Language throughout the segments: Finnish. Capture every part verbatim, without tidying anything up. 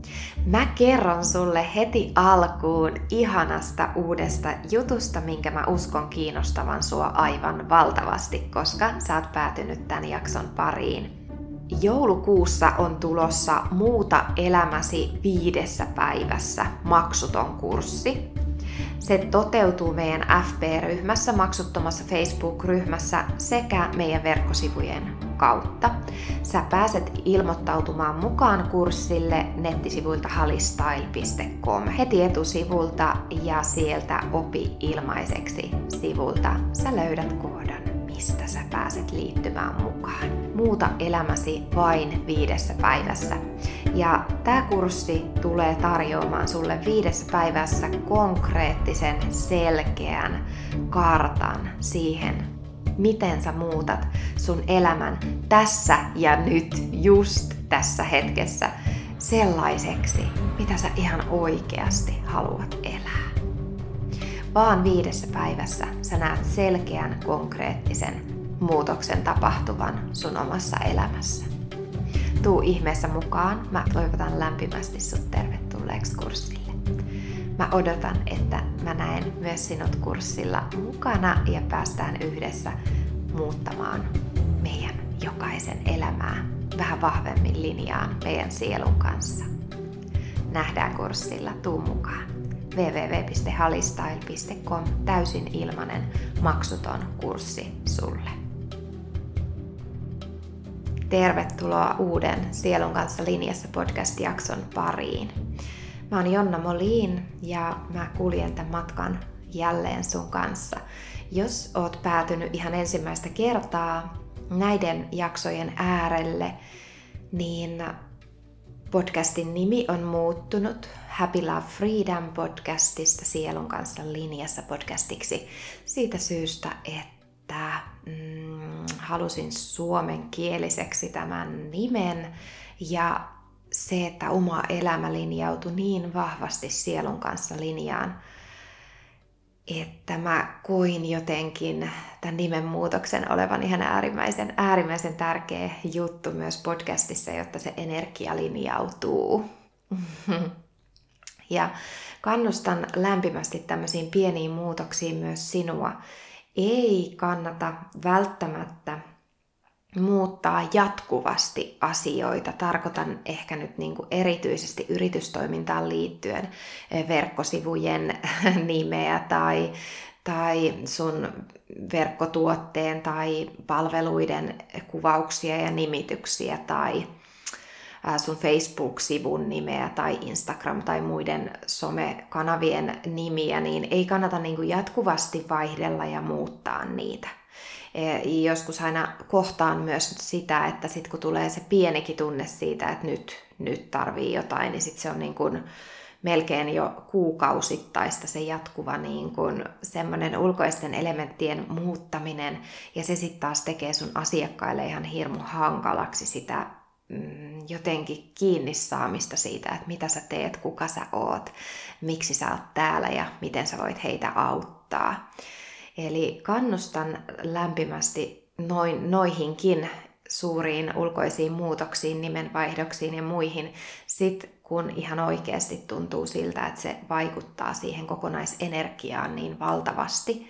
Mä kerron sulle heti alkuun ihanasta uudesta jutusta, minkä mä uskon kiinnostavan sua aivan valtavasti, koska sä oot päätynyt tämän jakson pariin. Joulukuussa on tulossa Muuta elämäsi viidessä päivässä maksuton kurssi. Se toteutuu meidän F B-ryhmässä, maksuttomassa Facebook-ryhmässä sekä meidän verkkosivujen kautta. Sä pääset ilmoittautumaan mukaan kurssille nettisivuilta halistyle piste com heti etusivulta ja sieltä Opi ilmaiseksi sivulta sä löydät kohdan, mistä sä pääset liittymään mukaan. Muuta elämäsi vain viidessä päivässä. Ja tää kurssi tulee tarjoamaan sulle viidessä päivässä konkreettisen, selkeän kartan siihen, miten sä muutat sun elämän tässä ja nyt, just tässä hetkessä, sellaiseksi, mitä sä ihan oikeasti haluat elää. Vaan viidessä päivässä sä näet selkeän, konkreettisen muutoksen tapahtuvan sun omassa elämässä. Tuu ihmeessä mukaan, mä toivotan lämpimästi sut tervetulleeksi kurssille. Mä odotan, että mä näen myös sinut kurssilla mukana ja päästään yhdessä muuttamaan meidän jokaisen elämää vähän vahvemmin linjaan meidän sielun kanssa. Nähdään kurssilla, tuu mukaan. double-u double-u double-u piste halistyle piste com, täysin ilmainen, maksuton kurssi sulle. Tervetuloa uuden Sielun kanssa linjassa podcast-jakson pariin. Mä oon Jonna Molin ja mä kuljen tämän matkan jälleen sun kanssa. Jos oot päätynyt ihan ensimmäistä kertaa näiden jaksojen äärelle, niin podcastin nimi on muuttunut Happy Love Freedom podcastista Sielun kanssa linjassa podcastiksi siitä syystä, että mm, halusin suomenkieliseksi tämän nimen ja se, että oma elämä linjautui niin vahvasti sielun kanssa linjaan, että mä koin jotenkin tämän nimenmuutoksen olevan ihan äärimmäisen, äärimmäisen tärkeä juttu myös podcastissa, jotta se energia linjautuu. Ja kannustan lämpimästi tämmöisiin pieniin muutoksiin myös sinua. Ei kannata välttämättä muuttaa jatkuvasti asioita. Tarkoitan ehkä nyt niin kuin erityisesti yritystoimintaan liittyen verkkosivujen nimeä tai, tai sun verkkotuotteen tai palveluiden kuvauksia ja nimityksiä tai sun Facebook-sivun nimeä tai Instagram tai muiden somekanavien nimiä, niin ei kannata niin kuin jatkuvasti vaihdella ja muuttaa niitä. Joskus aina kohtaan myös sitä, että sit kun tulee se pienikin tunne siitä, että nyt, nyt tarvii jotain, niin sit se on niin kuin melkein jo kuukausittaista se jatkuva niin kuin semmoinen ulkoisten elementtien muuttaminen, ja se sitten taas tekee sun asiakkaille ihan hirmu hankalaksi sitä mm, jotenkin kiinni saamista siitä, että mitä sä teet, kuka sä oot, miksi sä oot täällä ja miten sä voit heitä auttaa. Eli kannustan lämpimästi noin, noihinkin suuriin ulkoisiin muutoksiin, nimenvaihdoksiin ja muihin, sit kun ihan oikeasti tuntuu siltä, että se vaikuttaa siihen kokonaisenergiaan niin valtavasti.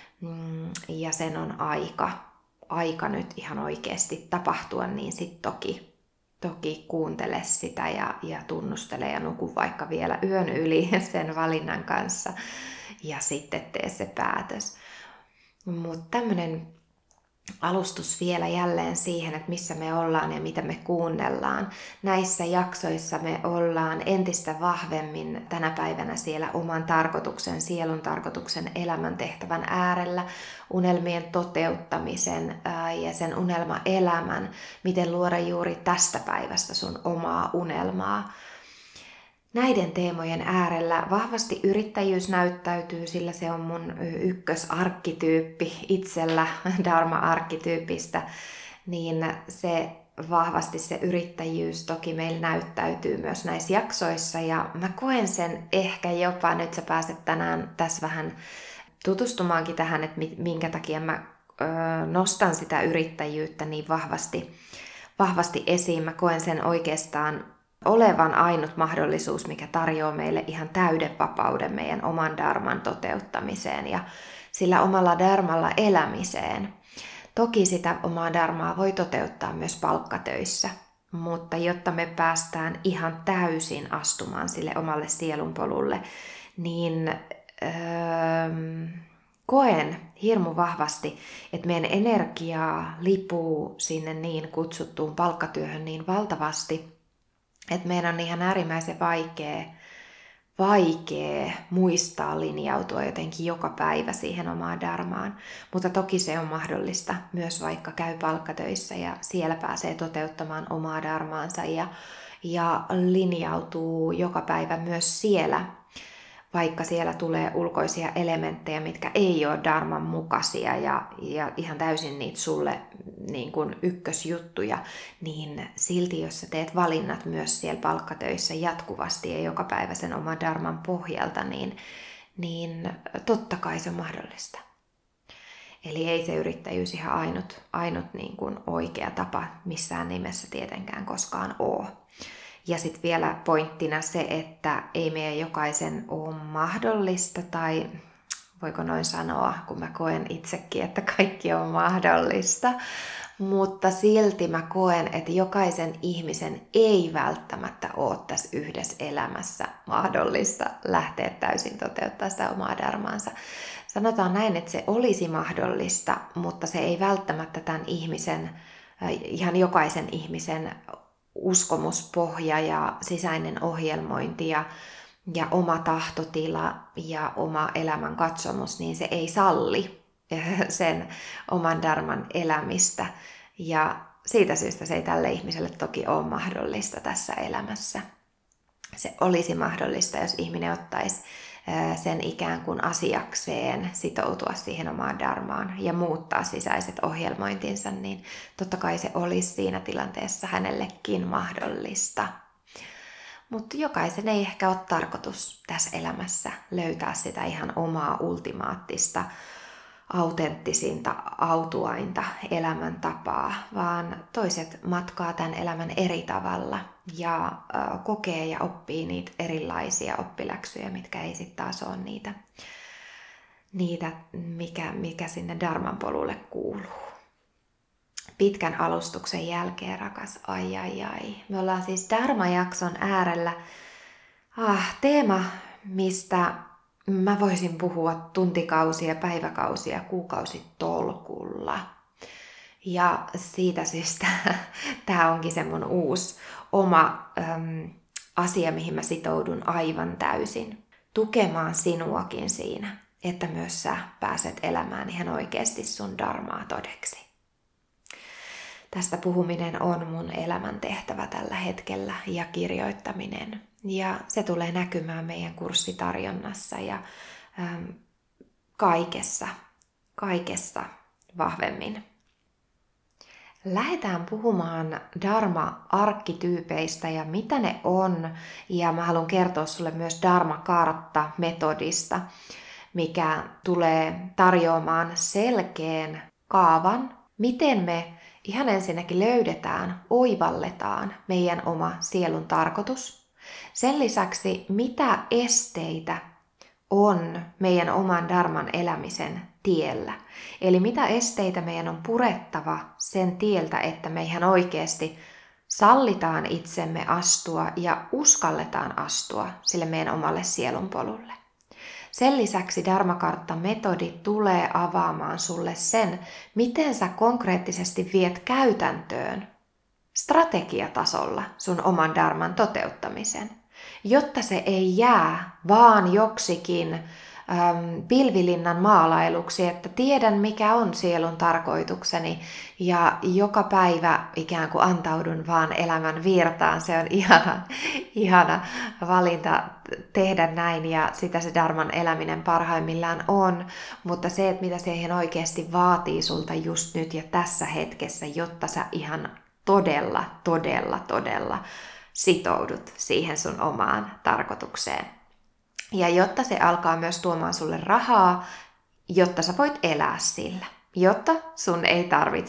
Ja sen on aika, aika nyt ihan oikeasti tapahtua, niin sit toki, toki kuuntele sitä ja, ja tunnustele ja nuku vaikka vielä yön yli sen valinnan kanssa ja sitten tee se päätös. Mutta tämmöinen alustus vielä jälleen siihen, että missä me ollaan ja mitä me kuunnellaan. Näissä jaksoissa me ollaan entistä vahvemmin tänä päivänä siellä oman tarkoituksen, sielun tarkoituksen, elämäntehtävän äärellä, unelmien toteuttamisen ää, ja sen unelmaelämän, miten luoda juuri tästä päivästä sun omaa unelmaa. Näiden teemojen äärellä vahvasti yrittäjyys näyttäytyy, sillä se on mun ykkösarkkityyppi itsellä, Dharma-arkkityypistä, niin se vahvasti se yrittäjyys toki meillä näyttäytyy myös näissä jaksoissa, ja mä koen sen ehkä jopa, nyt sä pääset tänään tässä vähän tutustumaankin tähän, että minkä takia mä nostan sitä yrittäjyyttä niin vahvasti, vahvasti esiin. Mä koen sen oikeastaan olevan ainut mahdollisuus, mikä tarjoaa meille ihan täyden vapauden meidän oman dharman toteuttamiseen ja sillä omalla dharmalla elämiseen. Toki sitä omaa dharmaa voi toteuttaa myös palkkatöissä, mutta jotta me päästään ihan täysin astumaan sille omalle sielunpolulle, niin öö, koen hirmu vahvasti, että meidän energiaa lipuu sinne niin kutsuttuun palkkatyöhön niin valtavasti, että meidän on ihan äärimmäisen vaikea, vaikea muistaa linjautua jotenkin joka päivä siihen omaan dharmaan. Mutta toki se on mahdollista myös vaikka käy palkkatöissä ja siellä pääsee toteuttamaan omaa dharmaansa ja, ja linjautuu joka päivä myös siellä, vaikka siellä tulee ulkoisia elementtejä, mitkä ei ole dharman mukaisia ja, ja ihan täysin niitä sulle niin kuin ykkösjuttuja, niin silti jos sä teet valinnat myös siellä palkkatöissä jatkuvasti ja joka päivä sen oman dharman pohjalta, niin, niin totta kai se on mahdollista. Eli ei se yrittäjyys ihan ainut, ainut niin kuin oikea tapa missään nimessä tietenkään koskaan ole. Ja sitten vielä pointtina se, että ei meidän jokaisen ole mahdollista, tai voiko noin sanoa, kun mä koen itsekin, että kaikki on mahdollista, mutta silti mä koen, että jokaisen ihmisen ei välttämättä ole tässä yhdessä elämässä mahdollista lähteä täysin toteuttaa sitä omaa dharmaansa. Sanotaan näin, että se olisi mahdollista, mutta se ei välttämättä tämän ihmisen, ihan jokaisen ihmisen uskomuspohja ja sisäinen ohjelmointi ja, ja oma tahtotila ja oma elämän katsomus, niin se ei salli sen oman dharman elämistä. Ja siitä syystä se ei tälle ihmiselle toki ole mahdollista tässä elämässä. Se olisi mahdollista, jos ihminen ottaisi sen ikään kuin asiakseen sitoutua siihen omaan dharmaan ja muuttaa sisäiset ohjelmointinsa, niin totta kai se olisi siinä tilanteessa hänellekin mahdollista. Mutta jokaisen ei ehkä ole tarkoitus tässä elämässä löytää sitä ihan omaa ultimaattista, autenttisinta, autuainta elämäntapaa, vaan toiset matkaa tämän elämän eri tavalla ja äh, kokee ja oppii niitä erilaisia oppiläksyjä, mitkä ei sitten taas ole niitä, niitä mikä, mikä sinne dharman polulle kuuluu. Pitkän alustuksen jälkeen, rakas, ai ai ai. Me ollaan siis dharma-jakson äärellä. Ah, teema, mistä mä voisin puhua tuntikausia, päiväkausia, kuukausitolkulla. Ja siitä syystä tämä onkin se mun uusi oma äm, asia, mihin mä sitoudun aivan täysin. Tukemaan sinuakin siinä, että myös sä pääset elämään ihan oikeasti sun dharmaa todeksi. Tästä puhuminen on mun elämäntehtävä tällä hetkellä ja kirjoittaminen. Ja se tulee näkymään meidän kurssitarjonnassa ja ähm, kaikessa, kaikessa vahvemmin. Lähdetään puhumaan dharma-arkkityypeistä ja mitä ne on. Ja mä haluan kertoa sulle myös dharma-kartta-metodista, mikä tulee tarjoamaan selkeän kaavan, miten me ihan ensinnäkin löydetään, oivalletaan meidän oma sielun tarkoitus. Sen lisäksi, mitä esteitä on meidän oman dharman elämisen tiellä. Eli mitä esteitä meidän on purettava sen tieltä, että me ihan oikeasti sallitaan itsemme astua ja uskalletaan astua sille meidän omalle sielunpolulle. Sen lisäksi dharmakartta-metodi tulee avaamaan sulle sen, miten sä konkreettisesti viet käytäntöön strategiatasolla sun oman dharman toteuttamisen, jotta se ei jää vaan joksikin äm, pilvilinnan maalailuksi, että tiedän mikä on sielun tarkoitukseni ja joka päivä ikään kuin antaudun vaan elämän virtaan. Se on ihana, ihana valinta tehdä näin ja sitä se dharman eläminen parhaimmillaan on, mutta se, että mitä siihen oikeasti vaatii sulta just nyt ja tässä hetkessä, jotta sä ihan todella, todella, todella sitoudut siihen sun omaan tarkoitukseen. Ja jotta se alkaa myös tuomaan sulle rahaa, jotta sä voit elää sillä. Jotta sun ei tarvitse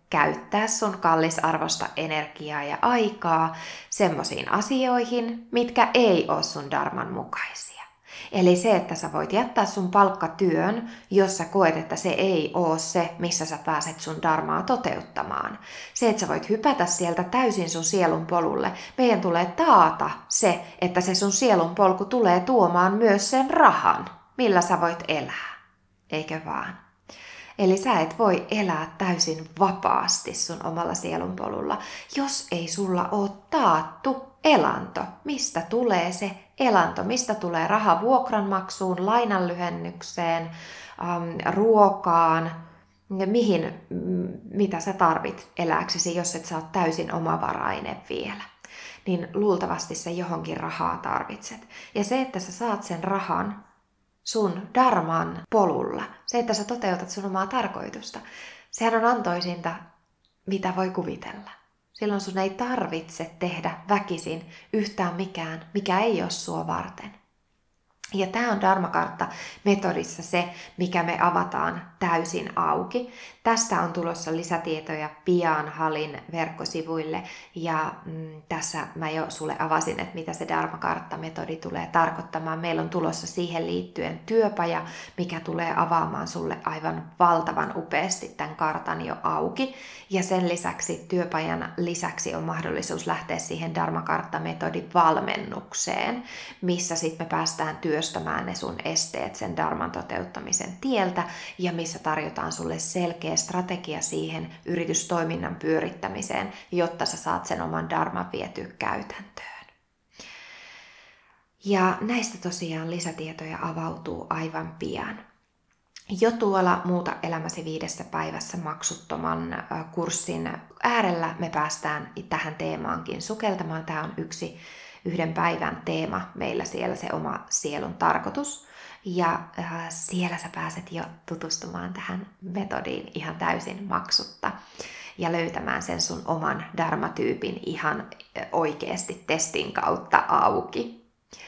käyttää sun kallisarvosta energiaa ja aikaa semmoisiin asioihin, mitkä ei ole sun dharman mukaisia. Eli se, että sä voit jättää sun palkkatyön, jos sä koet, että se ei ole se, missä sä pääset sun dharmaa toteuttamaan. Se, että sä voit hypätä sieltä täysin sun sielun polulle. Meidän tulee taata se, että se sun sielun polku tulee tuomaan myös sen rahan, millä sä voit elää. Eikö vaan? Eli sä et voi elää täysin vapaasti sun omalla sielunpolulla, jos ei sulla ole taattu elanto. Mistä tulee se elanto? Mistä tulee raha vuokranmaksuun, lainanlyhennykseen, ähm, ruokaan, mihin, mitä sä tarvit elääksesi, jos et sä ole täysin omavarainen vielä. Niin luultavasti sä johonkin rahaa tarvitset. Ja se, että sä saat sen rahan sun dharman polulla, se, että sä toteutat sun omaa tarkoitusta, sehän on antoisinta, mitä voi kuvitella. Silloin sun ei tarvitse tehdä väkisin yhtään mikään, mikä ei ole sua varten. Ja tämä on Dharmakartta-metodissa se, mikä me avataan täysin auki. Tästä on tulossa lisätietoja pian Halin verkkosivuille. Ja mm, tässä mä jo sulle avasin, että mitä se Dharmakartta-metodi tulee tarkoittamaan. Meillä on tulossa siihen liittyen työpaja, mikä tulee avaamaan sulle aivan valtavan upeasti tämän kartan jo auki. Ja sen lisäksi työpajan lisäksi on mahdollisuus lähteä siihen Dharmakartta-metodin valmennukseen, missä sitten me päästään työstämään ne sun esteet sen dharman toteuttamisen tieltä ja missä tarjotaan sulle selkeä strategia siihen yritystoiminnan pyörittämiseen, jotta sä saat sen oman dharman vietyä käytäntöön. Ja näistä tosiaan lisätietoja avautuu aivan pian. Jo tuolla Muuta elämäsi viidessä päivässä maksuttoman kurssin äärellä me päästään tähän teemaankin sukeltamaan. Tämä on yksi yhden päivän teema meillä siellä, se oma sielun tarkoitus. Ja äh, siellä sä pääset jo tutustumaan tähän metodiin ihan täysin maksutta ja löytämään sen sun oman dharmatyypin ihan oikeasti testin kautta auki.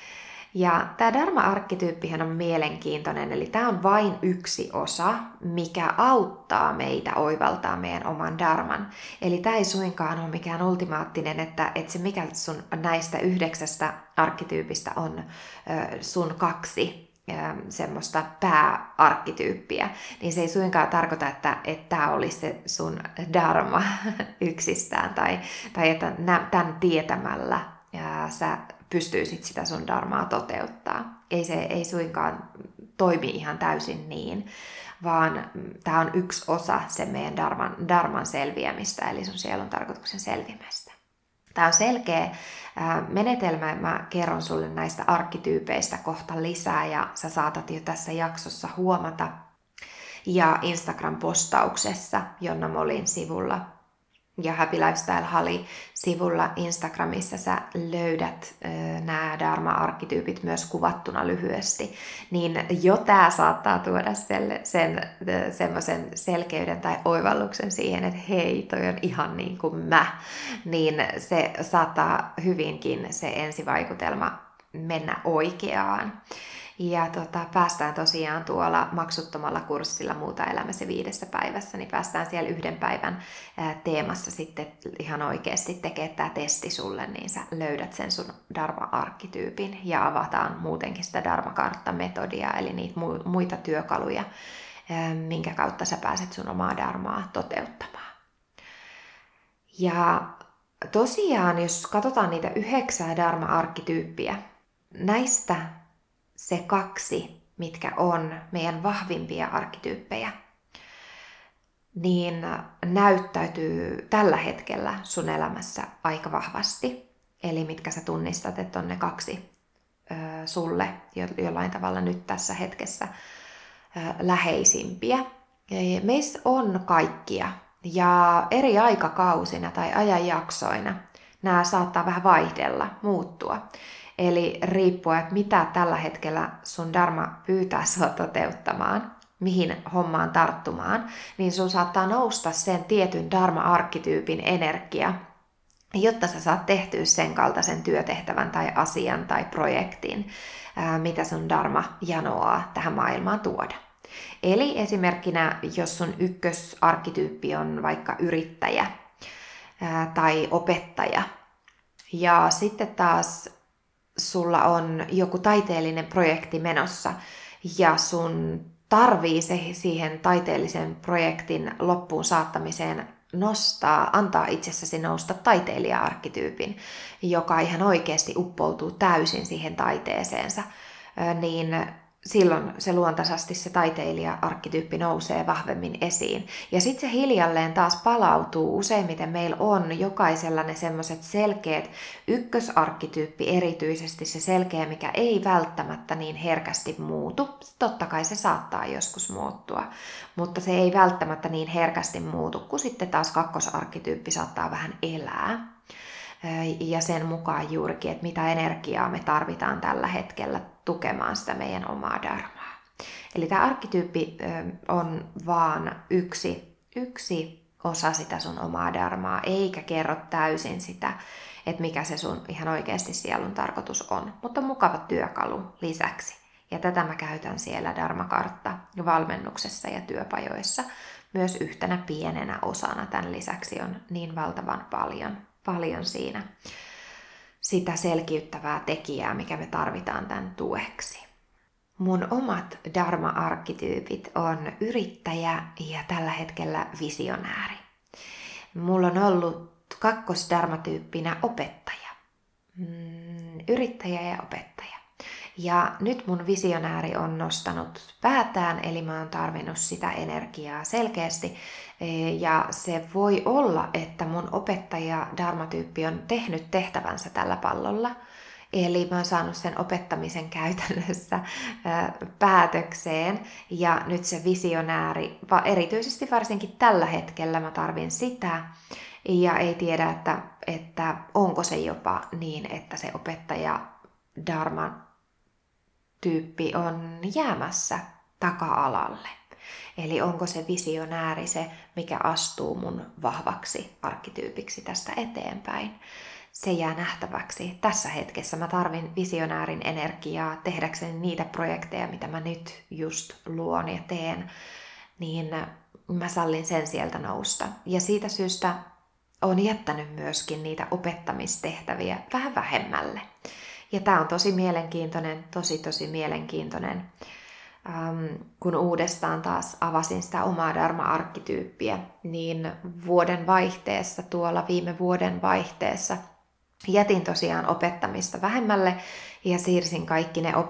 Ja tämä dharma-arkkityyppihän on mielenkiintoinen, eli tämä on vain yksi osa, mikä auttaa meitä oivaltaa meidän oman dharman. Eli tämä ei suinkaan ole mikään ultimaattinen, että, että se mikä sun näistä yhdeksästä arkkityypistä on sun kaksi semmoista pääarkkityyppiä, niin se ei suinkaan tarkoita, että, että tämä olisi se sun dharma yksistään, tai, tai että tämän tietämällä sä pystyisit sitä sun dharmaa toteuttaa. Ei se ei suinkaan toimi ihan täysin niin, vaan tämä on yksi osa sen meidän dharman, dharman selviämistä, eli sun sielun tarkoituksen selviämistä. Tämä on selkeä menetelmä, mä kerron sulle näistä arkkityypeistä kohta lisää, ja sä saatat jo tässä jaksossa huomata. Ja Instagram-postauksessa Jonna Molin sivulla ja Happy Lifestyle Hali-sivulla Instagramissa sä löydät äh, nämä dharma-arkkityypit myös kuvattuna lyhyesti, niin jo tää saattaa tuoda sen, sen äh, semmoisen selkeyden tai oivalluksen siihen, että hei, toi on ihan niin kuin mä, niin se saattaa hyvinkin se ensivaikutelma mennä oikeaan. Ja tota, päästään tosiaan tuolla maksuttomalla kurssilla Muuta elämäsi viidessä päivässä, niin päästään siellä yhden päivän ää, teemassa sitten ihan oikeasti tekemään tämä testi sulle, niin sä löydät sen sun dharma-arkkityypin ja avataan muutenkin sitä dharma-kartta-metodia, eli niitä mu- muita työkaluja, ää, minkä kautta sä pääset sun omaa dharmaa toteuttamaan. Ja tosiaan, jos katsotaan niitä yhdeksää dharma-arkkityyppiä, näistä se kaksi, mitkä on meidän vahvimpia arkkityyppejä, niin näyttäytyy tällä hetkellä sun elämässä aika vahvasti. Eli mitkä sä tunnistat, että on ne kaksi ö, sulle jollain tavalla nyt tässä hetkessä ö, läheisimpiä. Meissä on kaikkia ja eri aikakausina tai ajanjaksoina nämä saattaa vähän vaihdella, muuttua. Eli riippuen, että mitä tällä hetkellä sun dharma pyytää sua toteuttamaan, mihin hommaan tarttumaan, niin sun saattaa nousta sen tietyn dharma-arkkityypin energia, jotta sä saat tehtyä sen kaltaisen työtehtävän tai asian tai projektin, mitä sun dharma janoaa tähän maailmaan tuoda. Eli esimerkkinä, jos sun ykkösarkkityyppi on vaikka yrittäjä ää, tai opettaja, ja sitten taas sulla on joku taiteellinen projekti menossa, ja sun tarvii se siihen taiteellisen projektin loppuun saattamiseen nostaa, antaa itsessäsi nousta taiteilija-arkkityypin, joka ihan oikeasti uppoutuu täysin siihen taiteeseensa, niin silloin se luontaisesti se taiteilija-arkkityyppi nousee vahvemmin esiin. Ja sitten se hiljalleen taas palautuu. Useimmiten meillä on jokaisella ne semmoiset selkeät, ykkösarkkityyppi erityisesti se selkeä, mikä ei välttämättä niin herkästi muutu. Totta kai se saattaa joskus muuttua, mutta se ei välttämättä niin herkästi muutu, kun sitten taas kakkosarkkityyppi saattaa vähän elää. Ja sen mukaan juurikin, että mitä energiaa me tarvitaan tällä hetkellä tukemaan sitä meidän omaa dharmaa. Eli tämä arkkityyppi on vaan yksi, yksi osa sitä sun omaa dharmaa, eikä kerro täysin sitä, että mikä se sun ihan oikeasti sielun tarkoitus on. Mutta mukava työkalu lisäksi. Ja tätä mä käytän siellä dharmakartta valmennuksessa ja työpajoissa myös yhtenä pienenä osana. Tämän lisäksi on niin valtavan paljon. paljon siinä sitä selkiyttävää tekijää, mikä me tarvitaan tämän tueksi. Mun omat dharma-arkkityypit on yrittäjä ja tällä hetkellä visionääri. Mulla on ollut kakkosdharmatyyppinä opettaja. Yrittäjä ja opettaja. Ja nyt mun visionääri on nostanut päätään, eli mä oon tarvinnut sitä energiaa selkeästi. Ja se voi olla, että mun opettaja dharmatyyppi on tehnyt tehtävänsä tällä pallolla. Eli mä oon saanut sen opettamisen käytännössä päätökseen. Ja nyt se visionääri, erityisesti varsinkin tällä hetkellä mä tarvin sitä. Ja ei tiedä, että, että onko se jopa niin, että se opettaja dharman tyyppi on jäämässä taka-alalle. Eli onko se visionääri se, mikä astuu mun vahvaksi arkkityypiksi tästä eteenpäin. Se jää nähtäväksi. Tässä hetkessä mä tarvin visionäärin energiaa tehdäkseni niitä projekteja, mitä mä nyt just luon ja teen, niin mä sallin sen sieltä nousta. Ja siitä syystä on jättänyt myöskin niitä opettamistehtäviä vähän vähemmälle. Ja tää on tosi mielenkiintoinen, tosi tosi mielenkiintoinen, ähm, kun uudestaan taas avasin sitä omaa dharma-arkkityyppiä, niin vuoden vaihteessa, tuolla viime vuoden vaihteessa, jätin tosiaan opettamista vähemmälle ja siirsin kaikki ne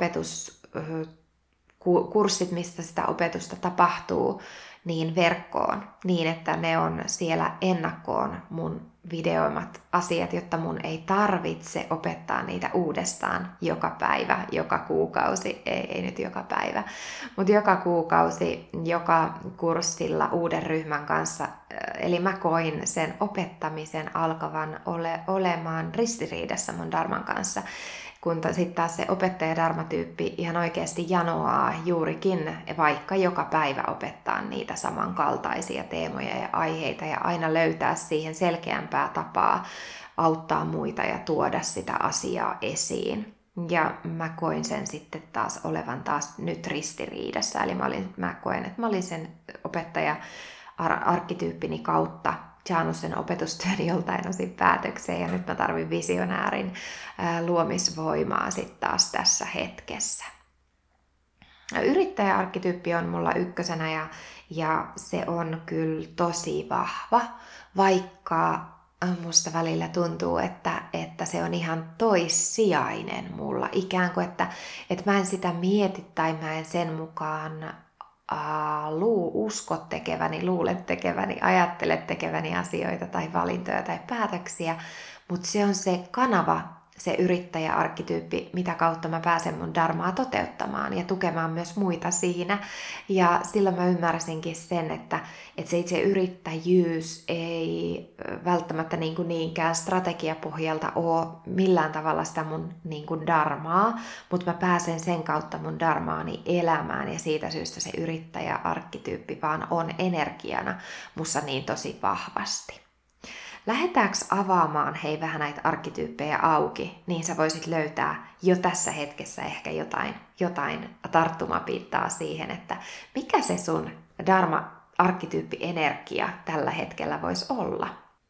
opetuskurssit, mistä sitä opetusta tapahtuu, niin verkkoon, niin että ne on siellä ennakkoon mun videoimat asiat, jotta mun ei tarvitse opettaa niitä uudestaan joka päivä, joka kuukausi, ei, ei nyt joka päivä, mutta joka kuukausi, joka kurssilla uuden ryhmän kanssa. Eli mä koin sen opettamisen alkavan ole, olemaan ristiriidassa mun dharman kanssa, kun sitten taas se opettaja-dharmatyyppi ihan oikeasti janoaa juurikin, vaikka joka päivä opettaa niitä samankaltaisia teemoja ja aiheita ja aina löytää siihen selkeämpää tapaa auttaa muita ja tuoda sitä asiaa esiin. Ja mä koin sen sitten taas olevan taas nyt ristiriidassa, eli mä, olin, mä koen, että mä olin sen opettaja-arkkityyppini kautta saanut sen opetustyön joltain osin päätökseen ja nyt mä tarvin visionäärin luomisvoimaa sitten taas tässä hetkessä. Yrittäjä-arkkityyppi on mulla ykkösenä ja, ja se on kyllä tosi vahva, vaikka musta välillä tuntuu, että, että se on ihan toissijainen mulla. Ikään kuin, että, että mä en sitä mieti tai mä en sen mukaan luu, usko tekeväni, luulen tekeväni, ajattele tekeväni asioita tai valintoja tai päätöksiä, mutta se on se kanava, se yrittäjä-arkkityyppi, mitä kautta mä pääsen mun dharmaa toteuttamaan ja tukemaan myös muita siinä. Ja silloin mä ymmärsinkin sen, että, että se itse yrittäjyys ei välttämättä niin kuin niinkään strategiapohjalta ole millään tavalla sitä mun niin kuin dharmaa, mutta mä pääsen sen kautta mun dharmaani elämään ja siitä syystä se yrittäjä-arkkityyppi vaan on energiana mussa niin tosi vahvasti. Lähdetäänkö avaamaan hei vähän näitä arkkityyppejä auki, niin sä voisit löytää jo tässä hetkessä ehkä jotain, jotain tarttumapintaa siihen, että mikä se sun Dharma-arkkityyppi-energia tällä hetkellä voisi olla.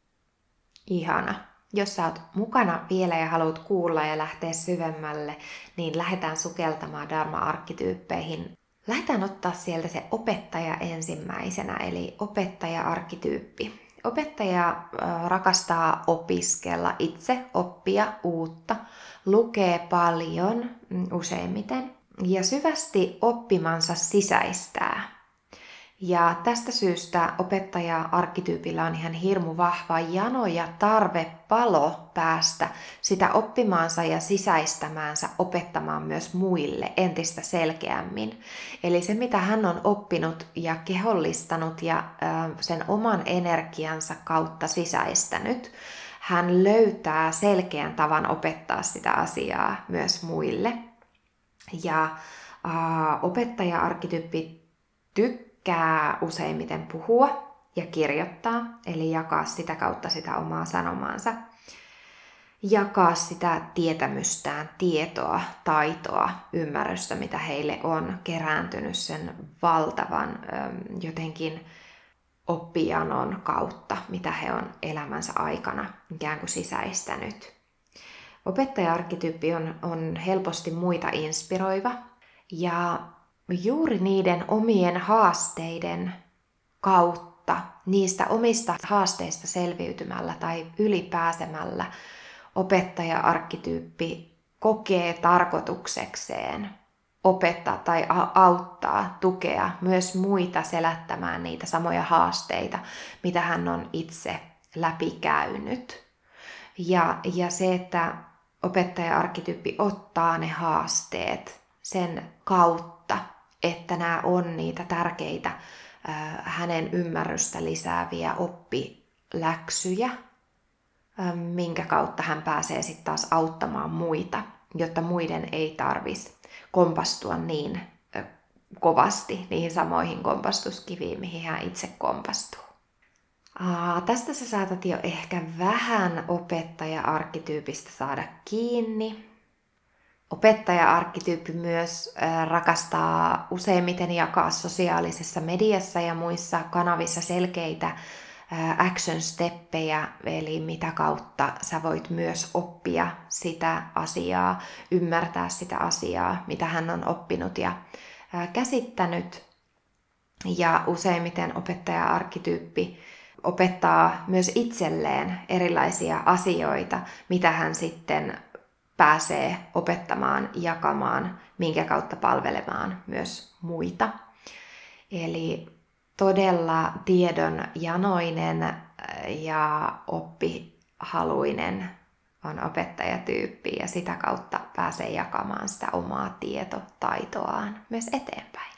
Ihana. Jos sä oot mukana vielä ja haluat kuulla ja lähteä syvemmälle, niin lähdetään sukeltamaan Dharma-arkkityyppeihin. Lähdetään ottaa sieltä se opettaja ensimmäisenä, eli opettaja-arkkityyppi. Opettaja rakastaa opiskella itse, oppia uutta, lukee paljon useimmiten ja syvästi oppimansa sisäistää. Ja tästä syystä opettaja-arkkityypillä on ihan hirmu vahva jano ja tarve palo päästä sitä oppimaansa ja sisäistämäänsä opettamaan myös muille entistä selkeämmin. Eli se, mitä hän on oppinut ja kehollistanut ja sen oman energiansa kautta sisäistänyt, hän löytää selkeän tavan opettaa sitä asiaa myös muille. Ja äh, opettaja-arkkityyppi tykkää tykkää useimmiten puhua ja kirjoittaa, eli jakaa sitä kautta sitä omaa sanomaansa. Jakaa sitä tietämystään, tietoa, taitoa, ymmärrystä, mitä heille on kerääntynyt sen valtavan jotenkin oppijanon kautta, mitä he on elämänsä aikana ikään kuin sisäistänyt. Opettaja-arkkityyppi on, on helposti muita inspiroiva ja juuri niiden omien haasteiden kautta, niistä omista haasteista selviytymällä tai ylipääsemällä opettaja-arkkityyppi kokee tarkoituksekseen opettaa tai auttaa, tukea myös muita selättämään niitä samoja haasteita, mitä hän on itse läpikäynyt. Ja, ja se, että opettaja-arkkityyppi ottaa ne haasteet sen kautta, että nämä on niitä tärkeitä äh, hänen ymmärrystä lisääviä oppiläksyjä, äh, minkä kautta hän pääsee sitten taas auttamaan muita, jotta muiden ei tarvitsisi kompastua niin äh, kovasti niihin samoihin kompastuskiviin, mihin hän itse kompastuu. Aa, tästä sä saatat jo ehkä vähän opettaja-arkkityypistä saada kiinni. Opettaja-arkkityyppi myös rakastaa useimmiten jakaa sosiaalisessa mediassa ja muissa kanavissa selkeitä action-steppejä, eli mitä kautta sä voit myös oppia sitä asiaa, ymmärtää sitä asiaa, mitä hän on oppinut ja käsittänyt. Ja useimmiten opettaja-arkkityyppi opettaa myös itselleen erilaisia asioita, mitä hän sitten pääsee opettamaan, jakamaan, minkä kautta palvelemaan myös muita. Eli todella tiedon janoinen ja oppihaluinen on opettajatyyppi ja sitä kautta pääsee jakamaan sitä omaa tietotaitoaan myös eteenpäin.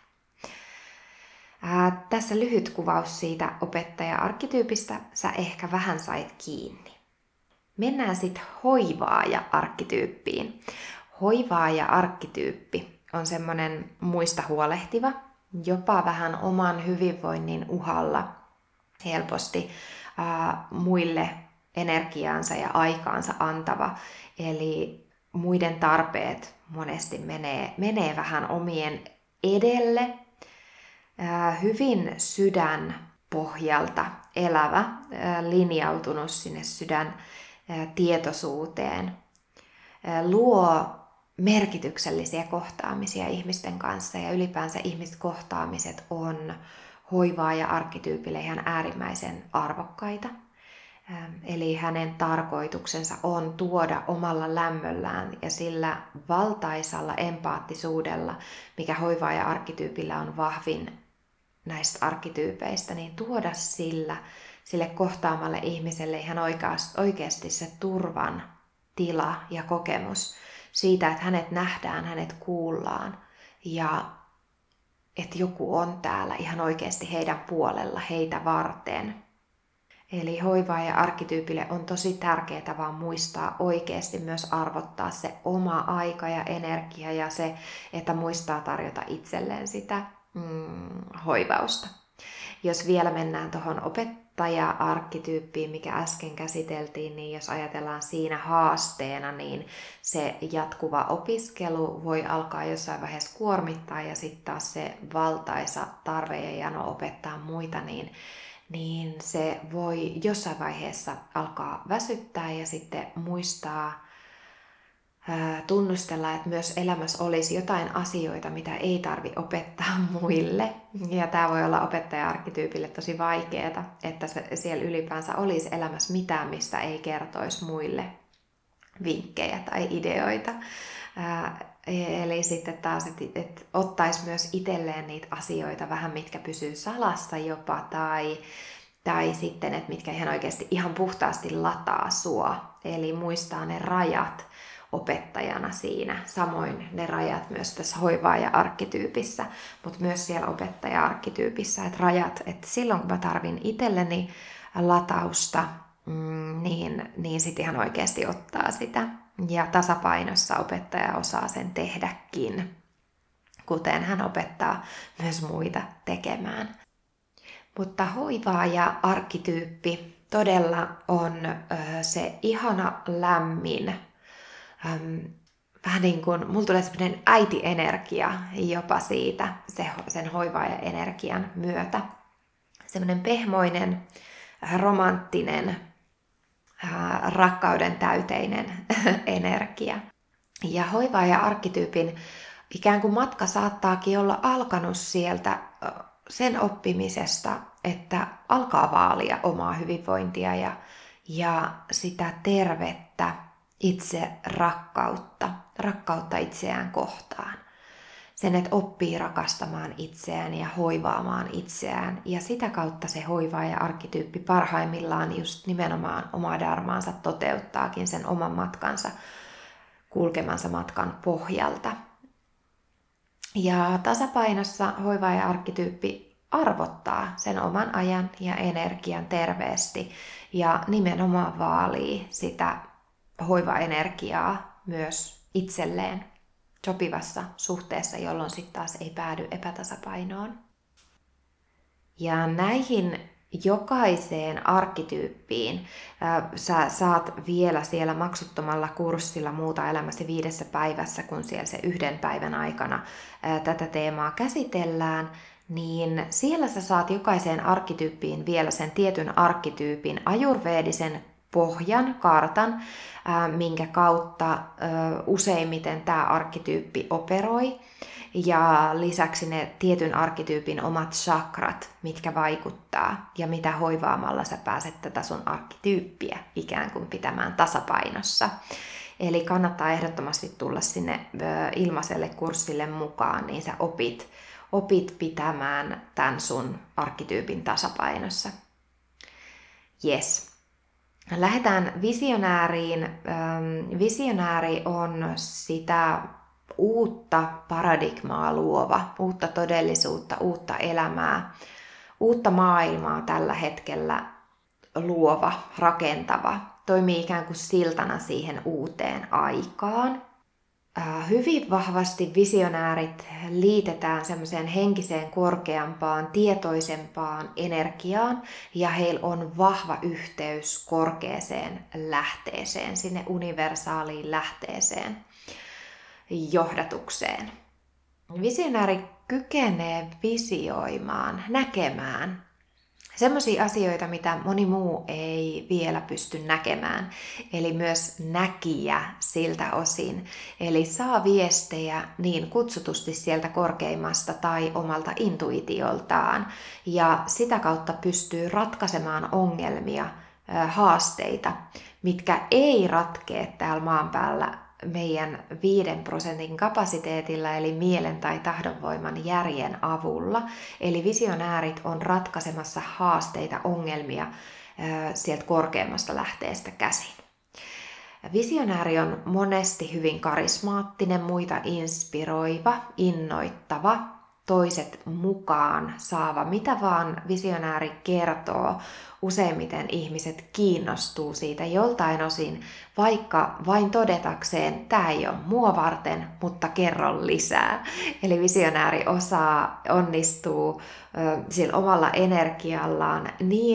Ää, tässä lyhyt kuvaus siitä opettaja-arkkityypistä, sä ehkä vähän sait kiinni. Mennään sitten hoivaaja-arkkityyppiin. Hoivaaja-arkkityyppi on semmoinen muista huolehtiva, jopa vähän oman hyvinvoinnin uhalla helposti ää, muille energiaansa ja aikaansa antava. Eli muiden tarpeet monesti menee, menee vähän omien edelle. Ää, hyvin sydän pohjalta elävä, ää, linjautunut sinne sydän tietoisuuteen, luo merkityksellisiä kohtaamisia ihmisten kanssa ja ylipäänsä ihmiskohtaamiset on hoivaaja-arkkityypille ihan äärimmäisen arvokkaita. Eli hänen tarkoituksensa on tuoda omalla lämmöllään ja sillä valtaisalla empaattisuudella, mikä hoivaaja-arkkityypillä on vahvin näistä arkkityypeistä, niin tuoda sillä sille kohtaamalle ihmiselle ihan oikeasti se turvan tila ja kokemus siitä, että hänet nähdään, hänet kuullaan ja että joku on täällä ihan oikeasti heidän puolella, heitä varten. Eli hoivaaja-arkkityypille on tosi tärkeää vaan muistaa oikeasti myös arvottaa se oma aika ja energia ja se, että muistaa tarjota itselleen sitä mm, hoivausta. Jos vielä mennään tuohon opet- opettaja-arkkityyppiin, mikä äsken käsiteltiin, niin jos ajatellaan siinä haasteena, niin se jatkuva opiskelu voi alkaa jossain vaiheessa kuormittaa ja sitten taas se valtaisa tarve ja jano opettaa muita, niin, niin se voi jossain vaiheessa alkaa väsyttää ja sitten muistaa tunnustella, että myös elämässä olisi jotain asioita, mitä ei tarvi opettaa muille. Ja tämä voi olla opettaja-arkkityypille tosi vaikeaa, että se, siellä ylipäänsä olisi elämässä mitään, mistä ei kertoisi muille vinkkejä tai ideoita. Ää, eli sitten taas, että et ottaisi myös itselleen niitä asioita vähän, mitkä pysyy salassa jopa, tai, tai sitten, että mitkä ihan oikeasti ihan puhtaasti lataa sua. Eli muistaa ne rajat opettajana siinä. Samoin ne rajat myös tässä hoivaaja-arkkityypissä, mutta myös siellä opettaja-arkkityypissä, että rajat, että silloin kun mä tarvin itselleni latausta, niin, niin sitten ihan oikeasti ottaa sitä. Ja tasapainossa opettaja osaa sen tehdäkin, kuten hän opettaa myös muita tekemään. Mutta hoivaaja-arkkityyppi todella on se ihana lämmin, Ähm, vähän niin kuin, mulla tulee semmoinen äitienergia jopa siitä, se, sen hoivaaja-energian myötä. Semmoinen pehmoinen, romanttinen, ää, rakkauden täyteinen energia. Ja hoivaaja-arkkityypin ikään kuin matka saattaakin olla alkanut sieltä sen oppimisesta, että alkaa vaalia omaa hyvinvointia ja, ja sitä tervettä itse rakkautta, rakkautta itseään kohtaan. Sen, että oppii rakastamaan itseään ja hoivaamaan itseään. Ja sitä kautta se hoivaaja-arkkityyppi parhaimmillaan just nimenomaan omaa dharmaansa toteuttaakin sen oman matkansa, kulkemansa matkan pohjalta. Ja tasapainossa hoivaaja-arkkityyppi arvottaa sen oman ajan ja energian terveesti ja nimenomaan vaalii sitä hoivaenergiaa myös itselleen sopivassa suhteessa, jolloin sitten taas ei päädy epätasapainoon. Ja näihin jokaiseen arkkityyppiin äh, sä saat vielä siellä maksuttomalla kurssilla Muuta elämäsi viidessä päivässä, kun siellä se yhden päivän aikana äh, tätä teemaa käsitellään, niin siellä sä saat jokaiseen arkkityyppiin vielä sen tietyn arkkityypin ajurveedisen pohjan, kartan, minkä kautta useimmiten tämä arkkityyppi operoi. Ja lisäksi ne tietyn arkkityypin omat chakrat, mitkä vaikuttaa ja mitä hoivaamalla sä pääset tätä sun arkkityyppiä ikään kuin pitämään tasapainossa. Eli kannattaa ehdottomasti tulla sinne ilmaiselle kurssille mukaan, niin sä opit, opit pitämään tämän sun arkkityypin tasapainossa. Yes. Lähdetään visionääriin. Visionääri on sitä uutta paradigmaa luova, uutta todellisuutta, uutta elämää, uutta maailmaa tällä hetkellä luova, rakentava. Toimii ikään kuin siltana siihen uuteen aikaan. Hyvin vahvasti visionäärit liitetään semmoiseen henkiseen korkeampaan, tietoisempaan energiaan ja heillä on vahva yhteys korkeaseen lähteeseen, sinne universaaliin lähteeseen, johdatukseen. Visionääri kykenee visioimaan, näkemään semmoisia asioita, mitä moni muu ei vielä pysty näkemään. Eli myös näkijä siltä osin. Eli saa viestejä niin kutsutusti sieltä korkeimmasta tai omalta intuitioltaan. Ja sitä kautta pystyy ratkaisemaan ongelmia, haasteita, mitkä ei ratkee täällä maan päällä meidän viiden prosentin kapasiteetilla, eli mielen tai tahdonvoiman järjen avulla. Eli visionäärit on ratkaisemassa haasteita, ongelmia sieltä korkeammasta lähteestä käsin. Visionääri on monesti hyvin karismaattinen, muita inspiroiva, innoittava, toiset mukaan saava. Mitä vaan visionääri kertoo, useimmiten ihmiset kiinnostuu siitä joltain osin, vaikka vain todetakseen, tämä ei ole mua varten, mutta kerro lisää. Eli visionääri osaa, onnistuu ö, sillä omalla energiallaan niin